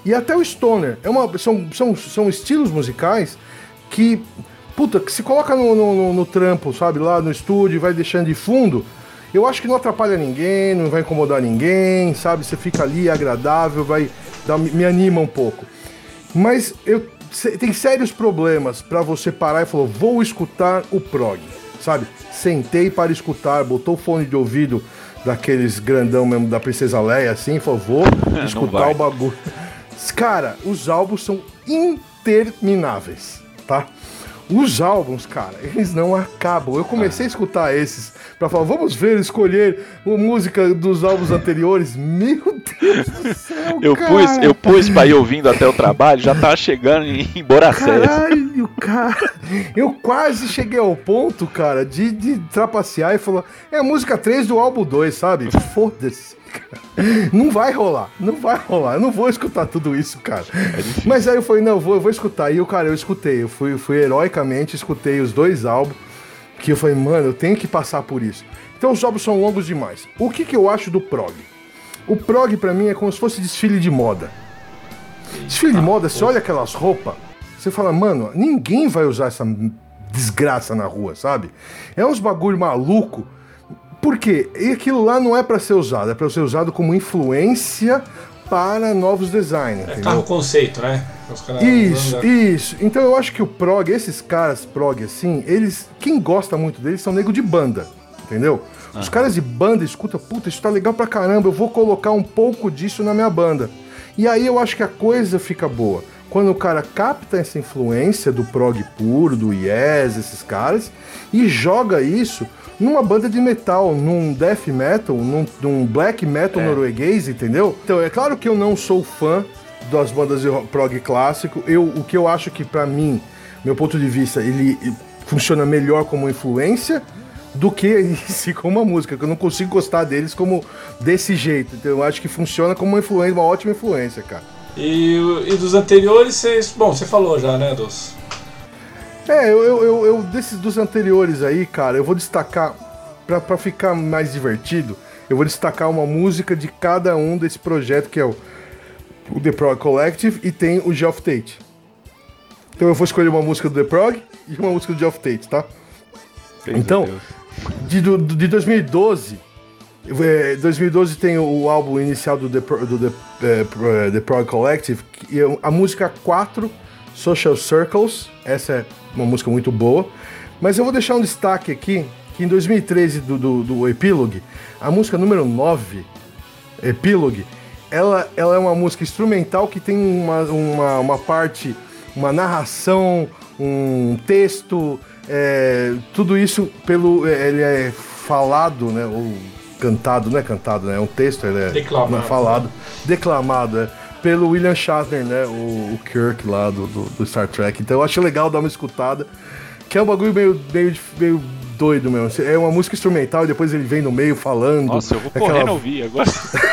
E até o stoner. São estilos musicais que, puta, que se coloca no trampo, sabe? Lá no estúdio, vai deixando de fundo. Eu acho que não atrapalha ninguém, não vai incomodar ninguém, sabe? Você fica ali, é agradável, me anima um pouco. Mas tem sérios problemas pra você parar e falar, vou escutar o prog, sabe? Sentei para escutar, botou o fone de ouvido daqueles grandão mesmo da Princesa Leia, assim, falou, vou escutar o bagulho. Cara, os álbuns são intermináveis, tá? Os álbuns, cara, eles não acabam. Eu comecei a escutar esses pra falar, vamos escolher a música dos álbuns anteriores. Meu Deus do céu, eu pus pra ir ouvindo até o trabalho, já tava chegando em Boracéia. Caralho, cara. Eu quase cheguei ao ponto, cara, de trapacear e falar, é a música 3 do álbum 2, sabe? Foda-se. Não vai rolar. Eu não vou escutar tudo isso, cara. Mas aí eu falei, não, eu vou escutar. E eu escutei. Eu fui heroicamente, escutei os 2 álbuns. Que eu falei, mano, eu tenho que passar por isso. Então os álbuns são longos demais. O que eu acho do prog? O prog pra mim é como se fosse desfile de moda. Desfile de moda, você olha aquelas roupas, você fala, mano, ninguém vai usar essa desgraça na rua, sabe? É uns bagulho maluco. Por quê? E aquilo lá não é pra ser usado, é pra ser usado como influência para novos designs. É carro conceito, né? Isso. Então eu acho que o prog, esses caras prog assim, quem gosta muito deles são nego de banda, entendeu? Os caras de banda escutam, puta, isso tá legal pra caramba, eu vou colocar um pouco disso na minha banda. E aí eu acho que a coisa fica boa. Quando o cara capta essa influência do prog puro, do Yes, esses caras, e joga isso numa banda de metal, num death metal, num black metal norueguês, entendeu? Então, é claro que eu não sou fã das bandas de prog clássico. O que eu acho que, pra mim, meu ponto de vista, ele funciona melhor como influência do que em si como uma música, que eu não consigo gostar deles como desse jeito. Então, eu acho que funciona como uma influência, uma ótima influência, cara. E dos anteriores, você falou já, né, dos... Dos anteriores aí, cara, eu vou destacar, pra ficar mais divertido, eu vou destacar uma música de cada um desse projeto, que é o The Prog Collective, e tem o Geoff Tate. Então eu vou escolher uma música do The Prog e uma música do Geoff Tate, tá? Então, de 2012... 2012 tem o álbum inicial do The Prog Collective, e a música 4, Social Circles, essa é uma música muito boa, mas eu vou deixar um destaque aqui, que em 2013 do Epilogue, a música número 9, Epilogue, ela é uma música instrumental que tem uma parte, uma narração, um texto, tudo isso ele é falado, né, ou cantado, não é cantado, né? É um texto, ele é falado, declamado, pelo William Shatner, né? O Kirk lá do Star Trek. Então eu acho legal dar uma escutada, que é um bagulho meio doido mesmo. É uma música instrumental e depois ele vem no meio falando. Nossa, eu vou correndo ouvir agora.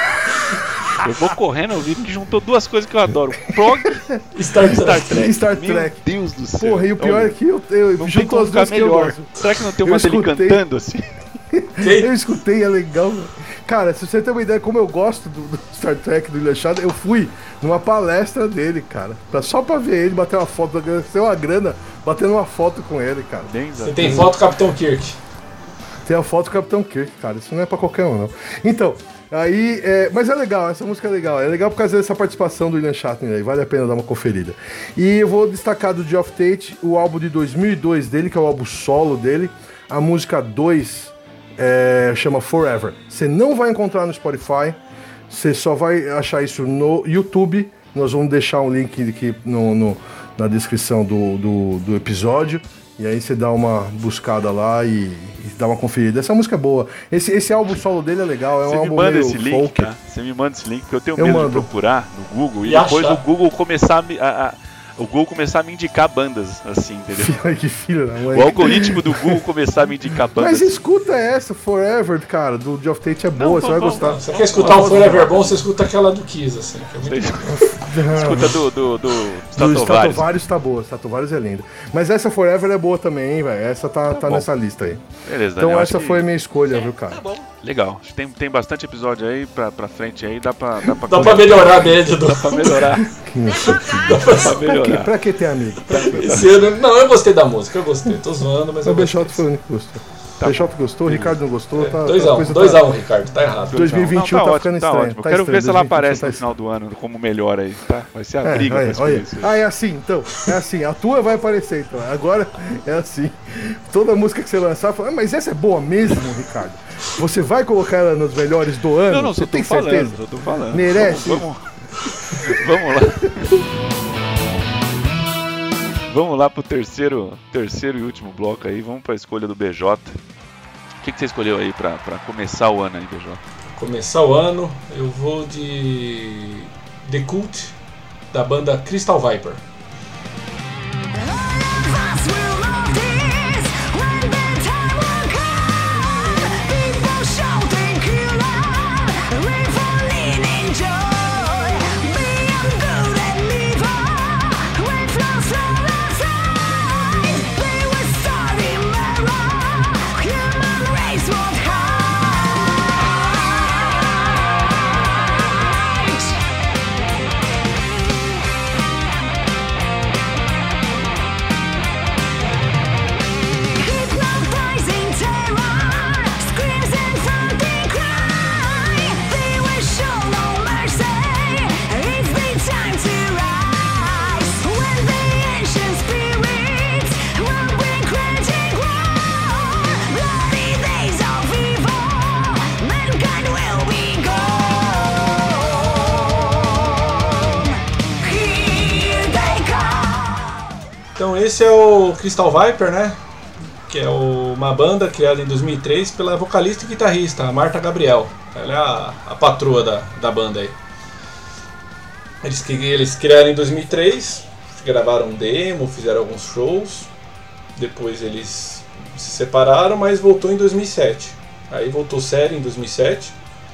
Eu vou correndo ouvir, que juntou 2 coisas que eu adoro: prog e Star Trek. Meu Deus do céu. Porra, e o pior é que eu junto as duas que eu gosto. Será que não tem uma dele cantando assim? Eu escutei, é legal. Cara, se você tem uma ideia como eu gosto do Star Trek, do William Shatner, eu fui numa palestra dele, cara. Só pra ver ele, bater uma foto, ter uma grana, batendo uma foto com ele, cara. Você tem foto do Capitão Kirk? Tem a foto do Capitão Kirk, cara. Isso não é pra qualquer um, não. Então, aí... mas é legal, essa música é legal. É legal por causa dessa participação do William Shatner aí. Vale a pena dar uma conferida. E eu vou destacar do Geoff Tate o álbum de 2002 dele, que é o álbum solo dele. A música 2... chama Forever. Você não vai encontrar no Spotify, você só vai achar isso no YouTube. Nós vamos deixar um link aqui na descrição do episódio, e aí você dá uma buscada lá e dá uma conferida. Essa música é boa. Esse álbum solo dele é legal, é um álbum meio esse link, folk. tá? Você me manda esse link, porque eu tenho medo de procurar no Google e depois o Google começar a me indicar bandas, assim, entendeu? Que filho da mãe. O algoritmo do Google começar a me indicar bandas. Mas escuta essa, Forever, cara, do Geoff Tate é boa, você vai gostar. Você quer escutar o Forever bom, você escuta aquela do Kiss, assim. Que é muito Escuta do Do Stratovarius. Stratovarius tá boa, Stratovarius é linda. Mas essa Forever é boa também, velho. Essa tá nessa lista aí. Beleza, Então Daniel, essa acho foi a que minha escolha, viu, cara? Tá bom. legal. Acho que tem bastante episódio aí pra frente aí, dá pra Dá pra melhorar a média do. Dá pra melhorar. Dá pra melhorar. Pra que ter amigo? Esse ano. Não, eu gostei da música, eu gostei. Tô zoando, mas O eu gostei. Beixoto foi o único que gostou. Beixoto gostou, o Ricardo não gostou. Tá, 2x1, Ricardo, tá errado. 2021 tá ficando estranho. Ótimo. Tá Quero estranho, ver se ela 2021 aparece tá no final do ano como melhor aí, tá? Vai ser a briga pra escolher isso. É assim, então. É assim. A tua vai aparecer, então. Agora é assim. Toda música que você lançar, fala, mas essa é boa mesmo, Ricardo? Você vai colocar ela nos melhores do ano? Não, você só tem tô falando, certeza? só tô falando. Merece? Vamos lá. Vamos lá pro terceiro e último bloco aí. Vamos pra escolha do BJ. O que você escolheu aí pra começar o ano aí, BJ? Começar o ano, eu vou de The Cult, da banda Crystal Viper. Então esse é o Crystal Viper, né? Que é uma banda criada em 2003 pela vocalista e guitarrista, a Marta Gabriel. Ela é a patroa da banda aí. Eles criaram em 2003, gravaram um demo, fizeram alguns shows. Depois eles se separaram, mas voltou em 2007. Aí voltou sério em 2007.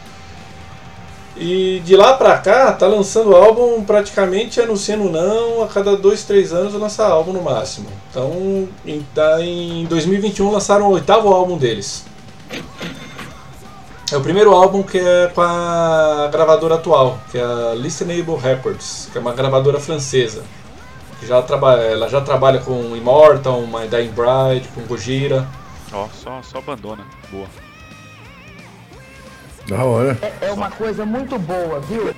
E de lá pra cá, tá lançando álbum praticamente anunciando não, a cada 2-3 anos lança álbum no máximo. Então, em 2021 lançaram o 8º álbum deles. É o primeiro álbum que é com a gravadora atual, que é a Listenable Records, que é uma gravadora francesa. Ela já trabalha com Immortal, My Dying Bride, com Gojira. Ó, só abandona. Boa. Da hora. É uma coisa muito boa, viu?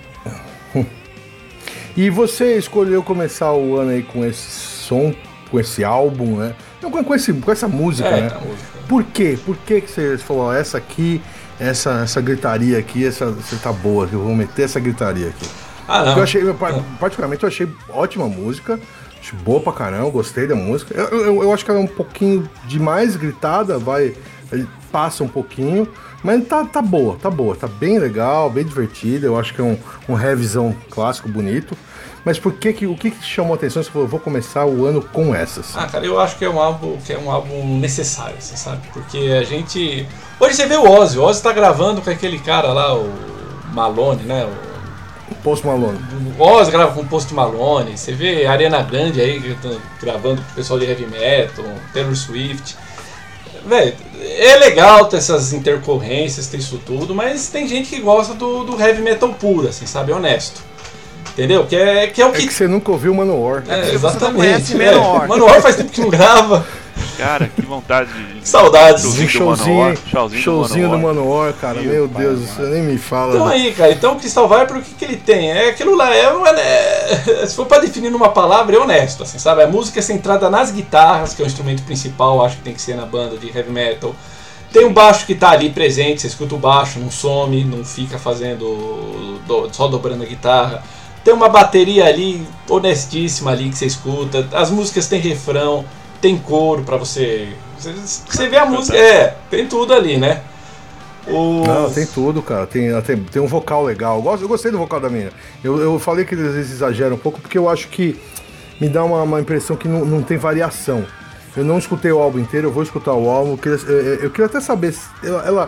E você escolheu começar o ano aí com esse som, com esse álbum, né? Não, com essa música, né? A música. Por quê? Por que você falou, ó, essa aqui, essa gritaria aqui, essa tá boa, que eu vou meter essa gritaria aqui? Ah, não. Eu achei, particularmente, eu achei ótima música, achei boa pra caramba, gostei da música. Eu acho que ela é um pouquinho demais gritada, ele passa um pouquinho, mas tá boa, tá bem legal, bem divertida. Eu acho que é um heavyzão clássico, bonito. Mas o que te chamou a atenção? Você falou, vou começar o ano com essas. Ah, cara, eu acho que é um álbum necessário, você sabe? Porque a gente... Hoje você vê o Ozzy tá gravando com aquele cara lá, o Malone, né? O Post Malone. O Ozzy grava com o Post Malone, você vê a Ariana Grande aí gravando com o pessoal de heavy metal, Taylor Swift. Velho, é legal ter essas intercorrências, ter isso tudo, mas tem gente que gosta do heavy metal puro, assim, sabe? Honesto. Entendeu? Que é o que... É que você nunca ouviu o Manowar. Exatamente. Manowar faz tempo que não grava. Cara, que vontade de... Saudades. Showzinho do Manowar, cara. Meu Deus, você nem me fala. Então aí, cara, então o Crystal Viper, o que ele tem? É aquilo lá, se for pra definir numa palavra, é honesto, assim, sabe? A música é centrada nas guitarras, que é o instrumento principal, acho que tem que ser na banda de heavy metal. Tem um baixo que tá ali presente, você escuta o baixo, não some, não fica fazendo só dobrando a guitarra. Tem uma bateria ali, honestíssima ali, que você escuta. As músicas têm refrão, tem coro pra você vê a música, tem tudo ali, né? Não, tem tudo, cara. Tem um vocal legal. Eu gostei do vocal da mina. Eu falei que eles às vezes exageram um pouco, porque eu acho que me dá uma impressão que não tem variação. Eu não escutei o álbum inteiro, eu vou escutar o álbum. Eu queria até saber se ela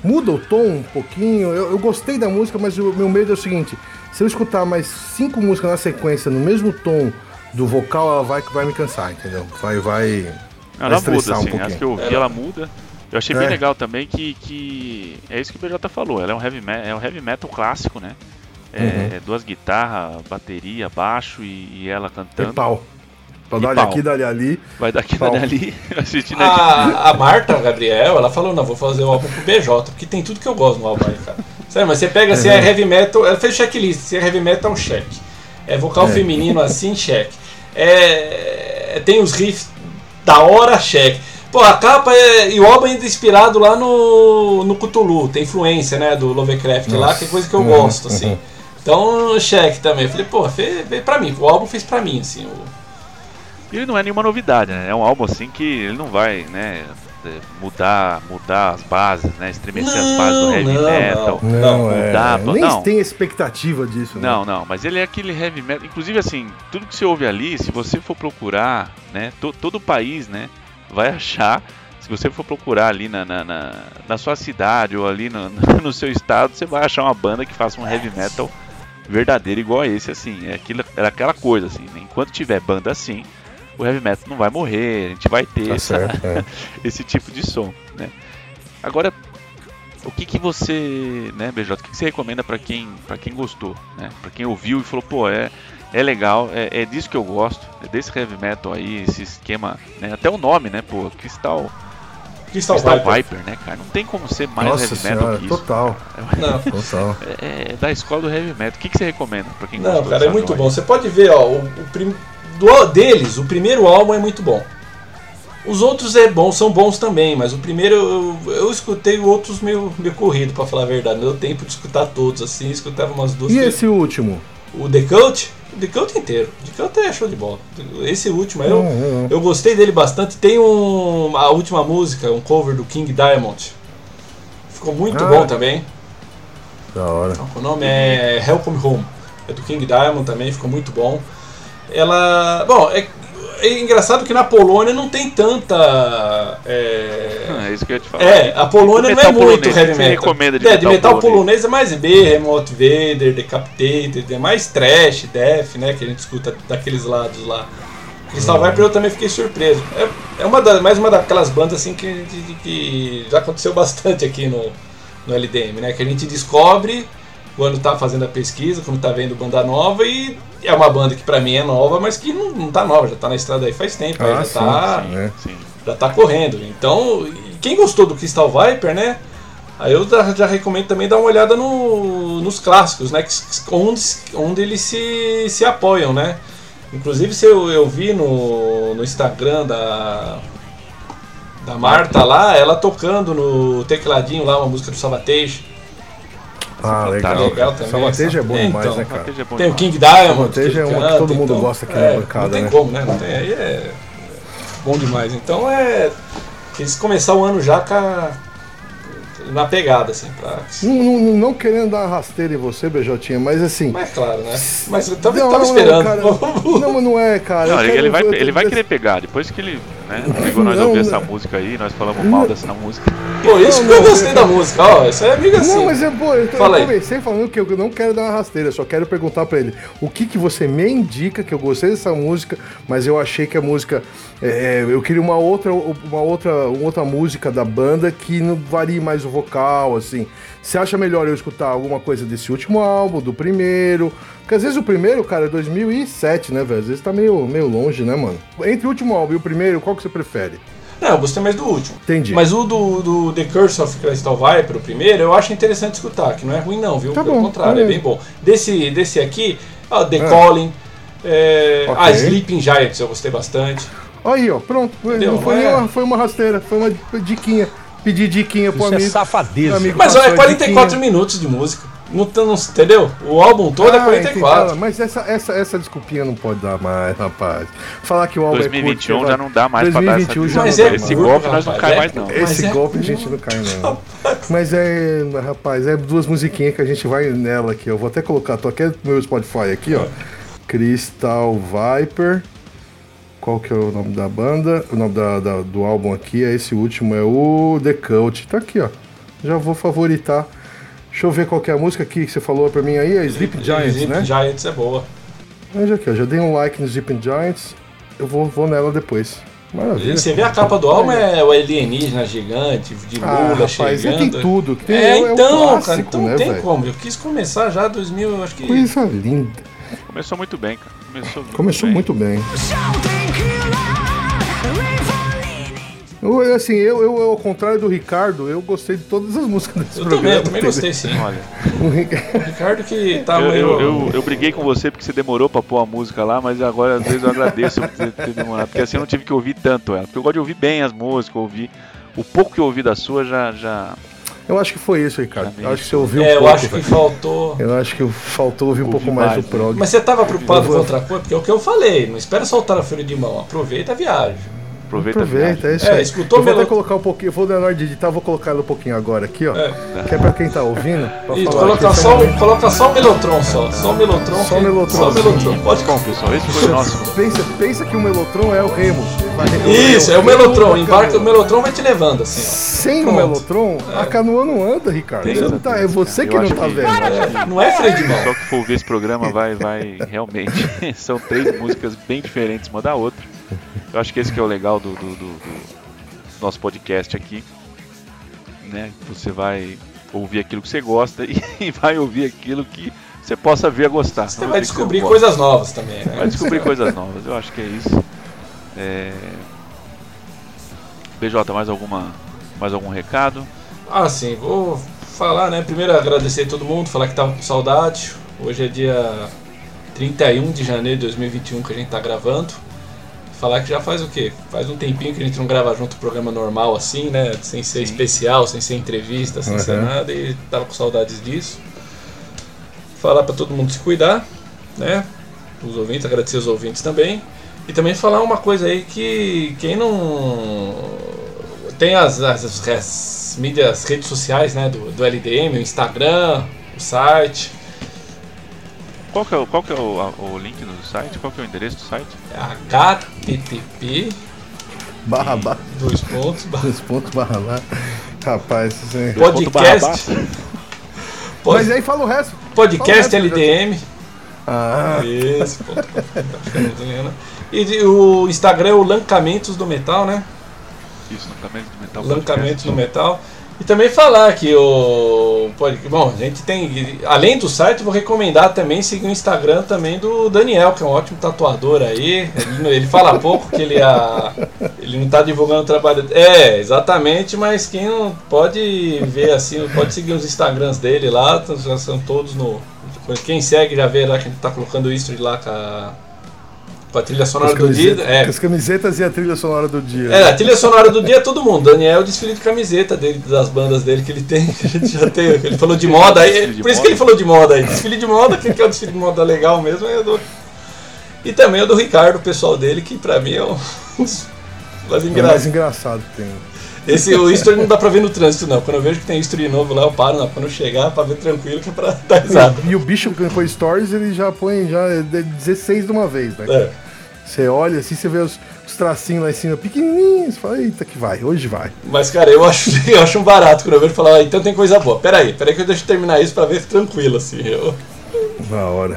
muda o tom um pouquinho. Eu gostei da música, mas o meu medo é o seguinte: se eu escutar mais 5 músicas na sequência, no mesmo tom do vocal, ela vai me cansar, entendeu? Vai ela muda, um assim, pouquinho. acho que eu ouvi, ela muda. Eu achei bem legal também que é isso que o BJ falou, ela é um heavy metal clássico, né? É 2 guitarras, bateria, baixo e ela cantando. E pau. Pra dar pau. aqui, dar ali. Vai daqui, Pau. dar ali. Assistindo A Marta Gabriel, ela falou, não, vou fazer o álbum pro BJ, porque tem tudo que eu gosto no álbum aí, cara. Sério, mas você pega assim, é heavy metal, ela fez checklist, se é heavy metal, check. É vocal feminino assim, check. Tem os riffs da hora, check. Pô, a capa e o álbum ainda inspirado lá no Cthulhu, tem influência, né, do Lovecraft lá, que é coisa que eu gosto, assim. Então, check também. Eu falei, pô, fez pra mim, o álbum fez pra mim, assim. E ele não é nenhuma novidade, né? É um álbum assim que ele não vai, né, mudar as bases, né, estremecer as bases do heavy metal. Nem tem expectativa disso. Não, mas ele é aquele heavy metal. Inclusive, assim, tudo que você ouve ali, se você for procurar, né, todo o país, né, vai achar. Se você for procurar ali na sua cidade ou ali no seu estado, você vai achar uma banda que faça um heavy metal verdadeiro igual a esse, assim. É aquela coisa, assim, né? Enquanto tiver banda assim, o heavy metal não vai morrer, a gente vai ter esse tipo de som, né? Agora, o que você, né, BJ, o que você recomenda pra quem gostou, né? Pra quem ouviu e falou, pô, é legal, é disso que eu gosto, é desse heavy metal aí, esse esquema, né? Até o nome, né, pô, Crystal Viper, né, cara? Não tem como ser mais heavy metal que isso. Total. Total. É da escola do heavy metal. O que você recomenda pra quem gostou? Não, cara, é muito bom. Você pode ver, ó, deles, o primeiro álbum é muito bom. Os outros são bons também, mas o primeiro eu escutei outros meio corrido, pra falar a verdade. Não deu tempo de escutar todos, assim, escutava umas 2. E esse último? O The Cult? O The Cult inteiro. O The Cult é show de bola. Esse último, eu gostei dele bastante. Tem a última música, um cover do King Diamond. Ficou muito bom também. Da hora. O nome é Welcome Home. É do King Diamond também, ficou muito bom. Bom, é engraçado que na Polônia não tem tanta... É isso que eu ia te falar. A Polônia não é muito heavy metal. Recomenda de metal polonês é mais Behemoth, Vader, Decapitated, é mais trash, death, né, que a gente escuta daqueles lados lá. Crystal Viper eu também fiquei surpreso. Mais uma daquelas bandas assim que já aconteceu bastante aqui no LDM, né, que a gente descobre quando tá fazendo a pesquisa, quando tá vendo banda nova, e é uma banda que pra mim é nova, mas que não tá nova, já tá na estrada aí faz tempo, já tá correndo. Então, quem gostou do Crystal Viper, né, aí eu já recomendo também dar uma olhada nos clássicos, né, onde eles se apoiam, né. Inclusive, se eu vi no Instagram da Marta lá, ela tocando no tecladinho lá uma música do Savatage. Legal também. Savatage é bom demais, então, né, cara? Tem o King Diamond. Savatage é uma que todo mundo gosta aqui na bancada, não tem né? como, né? Não tem, aí é bom demais. Então eles começar o ano já na pegada, assim, pra... Não querendo dar uma rasteira em você, BJ, mas assim... Mas claro, né? Mas eu tava esperando. Cara, mas não é, cara. Não, ele vai querer pegar, depois que ele, né, pegou nós a ouvir essa música aí, nós falamos mal dessa música. Pô, isso que eu gostei da música, ó, isso é amigo assim. Não, mas eu comecei falando que eu não quero dar uma rasteira, só quero perguntar pra ele o que você me indica, que eu gostei dessa música, mas eu achei que a música... eu queria uma outra música da banda que não varie mais o vocal, assim. Você acha melhor eu escutar alguma coisa desse último álbum, do primeiro? Porque às vezes o primeiro, cara, é 2007, né, velho? Às vezes tá meio longe, né, mano? Entre o último álbum e o primeiro, qual que você prefere? Não, eu gostei mais do último. Entendi. Mas o do The Curse of Crystal Viper, o primeiro, eu acho interessante escutar, que não é ruim não, viu? Tá Pelo bom, contrário, é bem bom. Desse aqui, The Calling, a Sleeping Giants eu gostei bastante. Aí, ó, pronto. Não foi uma rasteira, foi uma diquinha. Pedir diquinha pro amigo. Isso é safadeza. Mas é 44 minutos de música. Não, entendeu? O álbum todo é 44. Entendi, mas essa desculpinha não pode dar mais, rapaz. Falar que o álbum 2021 é curto, já não dá mais 2021 pra dar essa mas esse golpe nós não cai mais não. Esse golpe a gente não cai não. Mas rapaz, duas musiquinhas que a gente vai nela aqui. Eu vou até colocar, tô aqui no meu Spotify aqui, ó. Crystal Viper. Qual que é o nome da banda? O nome do álbum aqui é esse último, é o The Cult. Tá aqui, ó. já vou favoritar. Deixa eu ver qual que é a música aqui que você falou pra mim aí, é Sleeping Giants, né? Sleeping Giants é boa. Mas aqui, ó, já dei um like no Sleeping Giants, eu vou nela depois. Maravilha. E você vê a capa do álbum, é o alienígena gigante, de lula rapaz, chegando. tem tudo. Tem, então, o clássico, cara, então né, não tem véio? como. Eu quis começar já 2000, acho que... Coisa linda. Começou muito bem, cara. Começou muito bem. Eu, ao contrário do Ricardo, eu gostei de todas as músicas desse programa. Eu também gostei sim. Olha, O Ricardo que tá meio... eu briguei com você porque você demorou pra pôr a música lá, mas agora às vezes eu agradeço por ter demorado, porque assim eu não tive que ouvir tanto ela. Porque eu gosto de ouvir bem as músicas, ouvir. O pouco que eu ouvi da sua já... Eu acho que foi isso, Ricardo. Eu acho que você ouviu eu pouco. acho que faltou... Eu acho que faltou ouvir um pouco mais do prog. Mas você tava preocupado com outra coisa? Porque é o que eu falei, não espera soltar a folha de mão, aproveita a viagem. Aproveita, é isso aí. Escutou eu vou melhor... até colocar um pouquinho, eu vou na hora de editar, vou colocar ela um pouquinho agora aqui, ó. Que é pra quem tá ouvindo. Pra Isso, falar coloca só o Melotron só. Só o Melotron. Só o Melotron. Só o Melotron. Pode Bom, pessoal, esse foi o nosso. Pensa que o Melotron é o remo. Isso, é o Melotron. Embarca, o Melotron vai te levando assim, ó. Sem o Melotron, a canoa não anda, Ricardo. É você que não tá vendo. Não é freio de mão. Só que for ver esse programa vai realmente. São 3 músicas bem diferentes uma da outra. Eu acho que esse que é o legal do nosso podcast aqui, né? Você vai ouvir aquilo que você gosta e vai ouvir aquilo que você possa vir a gostar. Você vai descobrir coisas novas também, né? Vai descobrir coisas novas, eu acho que é isso. BJ, mais algum recado? Sim, vou falar, né? Primeiro agradecer a todo mundo, falar que tava com saudade. Hoje é dia 31 de janeiro de 2021 que a gente tá gravando. Falar que já faz o quê? Faz um tempinho que a gente não grava junto um programa normal assim, né? Sem ser especial, sem ser entrevista, sem ser nada, e tava com saudades disso. Falar pra todo mundo se cuidar, né? Os ouvintes, agradecer os ouvintes também. E também falar uma coisa aí que quem não... Tem as mídias, as redes sociais, né? Do LDM, o Instagram, o site... Qual que é o link do site? Qual que é o endereço do site? http //2 pontos // Rapaz, isso aí. Podcast. Mas aí fala o resto. Podcast LDM. Isso, E o Instagram é o Lancamentos do Metal, né? Isso, Lancamentos do Metal. Lancamentos do Metal. E também falar que bom, a gente tem, além do site, vou recomendar também seguir o Instagram também do Daniel, que é um ótimo tatuador aí. Ele fala pouco que ele não está divulgando o trabalho dele. Exatamente, mas quem não pode ver assim, pode seguir os Instagrams dele lá, já são todos no... Quem segue já vê lá que a gente está colocando isso lá com a trilha sonora do dia. Com as camisetas e a trilha sonora do dia. A trilha sonora do dia é todo mundo. Daniel, o desfile de camiseta dele, das bandas dele que ele tem. A gente já tem. Ele falou de moda aí. Por isso que ele falou de moda aí. Desfile de moda, que é o desfile de moda legal mesmo. E também o do Ricardo, o pessoal dele, que pra mim é um dos mais engraçado que tem. O history não dá pra ver no trânsito, não. Quando eu vejo que tem history novo lá, eu paro quando eu chegar pra ver tranquilo, que é pra dar risada. E o bicho que põe stories, ele já põe 16 de uma vez, né? Você olha assim, você vê os tracinhos lá em cima, pequenininhos, você fala, eita que vai, hoje vai. Mas, cara, eu acho um barato quando eu vejo falar, então tem coisa boa. Peraí que eu deixo terminar isso pra ver tranquilo, assim. Da hora.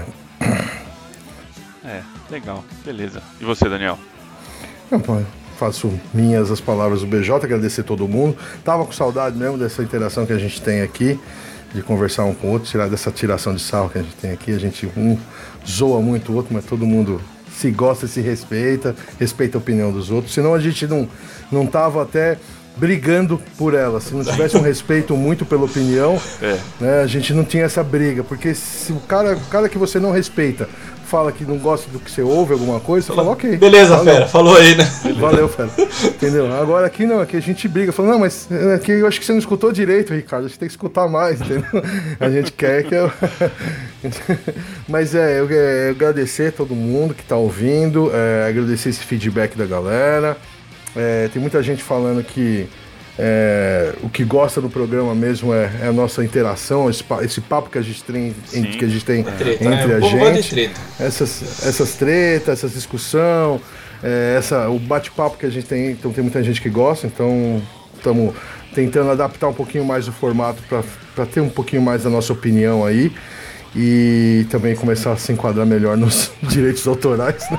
Legal, beleza. E você, Daniel? Faço minhas as palavras do BJ, agradecer todo mundo. Tava com saudade mesmo dessa interação que a gente tem aqui, de conversar um com o outro, tirar dessa tiração de sarro que a gente tem aqui. A gente zoa muito o outro, mas todo mundo se gosta, se respeita a opinião dos outros. Senão a gente não tava até brigando por ela. Se não tivesse um respeito muito pela opinião, né, a gente não tinha essa briga. Porque se o cara que você não respeita fala que não gosta do que você ouve, alguma coisa, você fala, ok. Beleza, valeu. Fera, falou aí, né? Valeu, fera. Entendeu? Agora aqui não, aqui a gente briga, fala, não, mas aqui eu acho que você não escutou direito, Ricardo, a gente tem que escutar mais, entendeu? A gente quer que eu... Mas eu agradecer a todo mundo que tá ouvindo, agradecer esse feedback da galera. Tem muita gente falando que o que gosta do programa mesmo é a nossa interação, esse papo que a gente tem, entre a gente, essas tretas, essa discussão, o bate-papo que a gente tem. Então tem muita gente que gosta, então estamos tentando adaptar um pouquinho mais o formato para ter um pouquinho mais da nossa opinião aí. E também começar a se enquadrar melhor nos direitos autorais, né?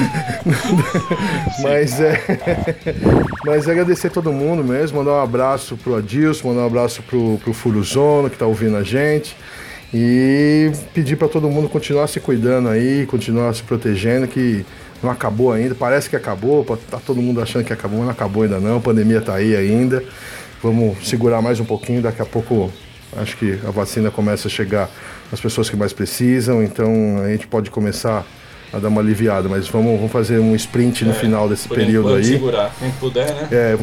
Mas agradecer a todo mundo mesmo, mandar um abraço pro Adilson, mandar um abraço pro Furuzono, que tá ouvindo a gente, e pedir para todo mundo continuar se cuidando aí, continuar se protegendo, que não acabou ainda, parece que acabou, tá todo mundo achando que acabou, mas não acabou ainda não, a pandemia tá aí ainda, vamos segurar mais um pouquinho, daqui a pouco acho que a vacina começa a chegar às pessoas que mais precisam, então a gente pode começar a dar uma aliviada, mas vamos fazer um sprint no final desse período aí. Segurar, quem puder, né?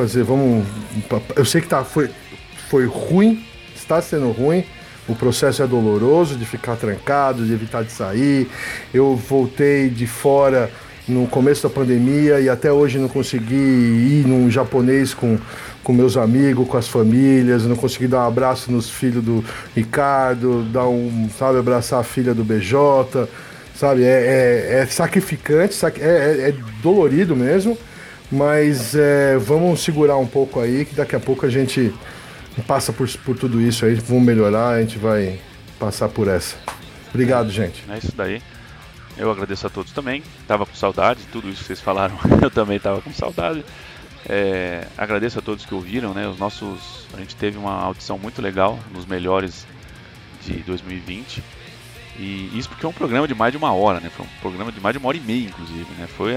Eu sei que foi ruim, está sendo ruim, o processo é doloroso de ficar trancado, de evitar de sair. Eu voltei de fora no começo da pandemia e até hoje não consegui ir num japonês com meus amigos, com as famílias, não consegui dar um abraço nos filhos do Ricardo, abraçar a filha do BJ, sabe? É sacrificante, é dolorido mesmo, mas vamos segurar um pouco aí, que daqui a pouco a gente passa por tudo isso aí, vamos melhorar, a gente vai passar por essa. Obrigado, gente. É isso daí. Eu agradeço a todos também. Tava com saudade, tudo isso que vocês falaram, eu também tava com saudade. Agradeço a todos que ouviram, né? A gente teve uma audição muito legal nos melhores de 2020. E isso porque é um programa de mais de 1 hora, né? Foi um programa de mais de 1h30, inclusive, né? Foi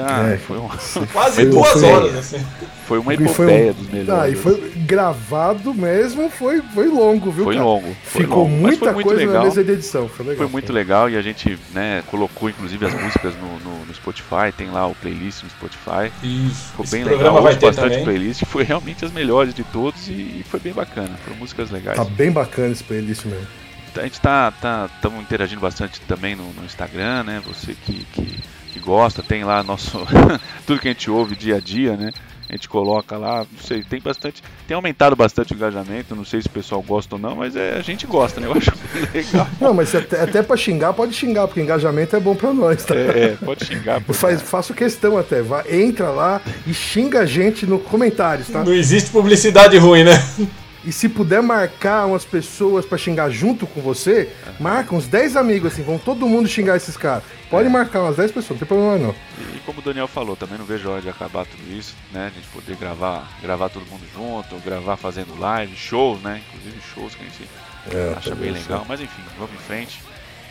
quase 2 horas, assim. Foi uma epopeia dos melhores. E foi gravado mesmo, foi longo, viu, Foi cara? longo. Ficou muita coisa legal. na mesa de edição, foi legal. Foi muito legal e a gente, né, colocou inclusive as músicas no Spotify, tem lá o playlist no Spotify. Isso. Ficou Esse bem programa legal, vai houve ter bastante também. playlist, foi realmente as melhores de todos e foi bem bacana, foram músicas legais. Tá bem bacana esse playlist mesmo. A gente estamos interagindo bastante também no Instagram, né? Você que gosta, tem lá nosso tudo que a gente ouve dia a dia, né? A gente coloca lá, não sei, tem aumentado bastante o engajamento, não sei se o pessoal gosta ou não, mas a gente gosta, né? Eu acho legal. Não, mas até pra xingar, pode xingar, porque engajamento é bom pra nós, tá? Pode xingar. Faço questão até, entra lá e xinga a gente nos comentários, tá? Não existe publicidade ruim, né? E se puder marcar umas pessoas pra xingar junto com você, marca uns 10 amigos, assim, vão todo mundo xingar esses caras. Pode marcar umas 10 pessoas, não tem problema não. E como o Daniel falou, também não vejo a hora de acabar tudo isso, né? A gente poder gravar todo mundo junto, gravar fazendo live, shows, né? Inclusive shows que a gente acha bem legal. Mas enfim, vamos em frente.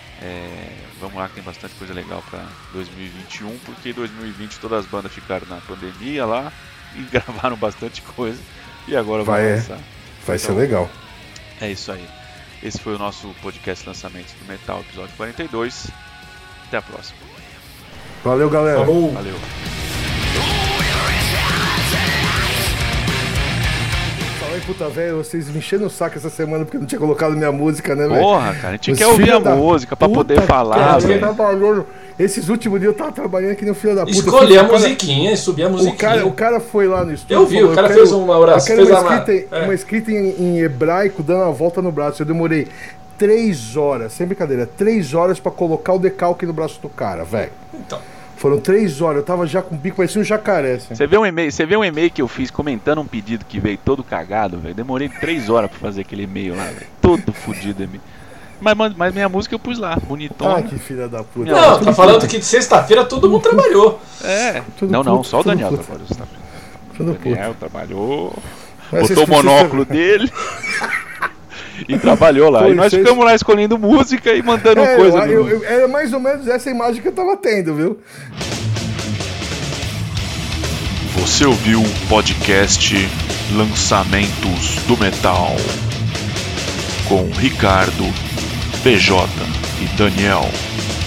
Vamos lá que tem bastante coisa legal pra 2021, porque em 2020 todas as bandas ficaram na pandemia lá e gravaram bastante coisa. E agora vai lançar. Vai ser legal. É isso aí. Esse foi o nosso podcast Lançamentos do Metal, episódio 42. Até a próxima. Valeu, galera. Falou. Valeu. Falei, puta velho, vocês me encheram o saco essa semana porque eu não tinha colocado minha música, né, velho? Porra, cara, a gente quer ouvir a música pra poder falar, velho. Esses últimos dias eu tava trabalhando aqui no filho da puta. Escolher a musiquinha, subir a musiquinha. O cara foi lá no estúdio. Eu vi, o cara fez uma oração. Eu quero uma escrita em hebraico dando a volta no braço. Eu demorei 3 horas, sem brincadeira, 3 horas pra colocar o decalque no braço do cara, velho. Então. Foram 3 horas, eu tava já com o bico, parecia um jacaré. Assim. Você vê um e-mail que eu fiz comentando um pedido que veio todo cagado, velho. Demorei 3 horas pra fazer aquele e-mail lá, velho. Todo fodido e-mail. Mas minha música eu pus lá, bonitona. Ah, que filha da puta. Não, tá falando que de sexta-feira todo mundo trabalhou. Não, só o Daniel trabalhou sexta-feira. O Daniel trabalhou, botou o monóculo dele e trabalhou lá. E nós ficamos lá escolhendo música e mandando coisa. Era mais ou menos essa imagem que eu tava tendo, viu? Você ouviu o podcast Lançamentos do Metal com Ricardo, PJ e Daniel.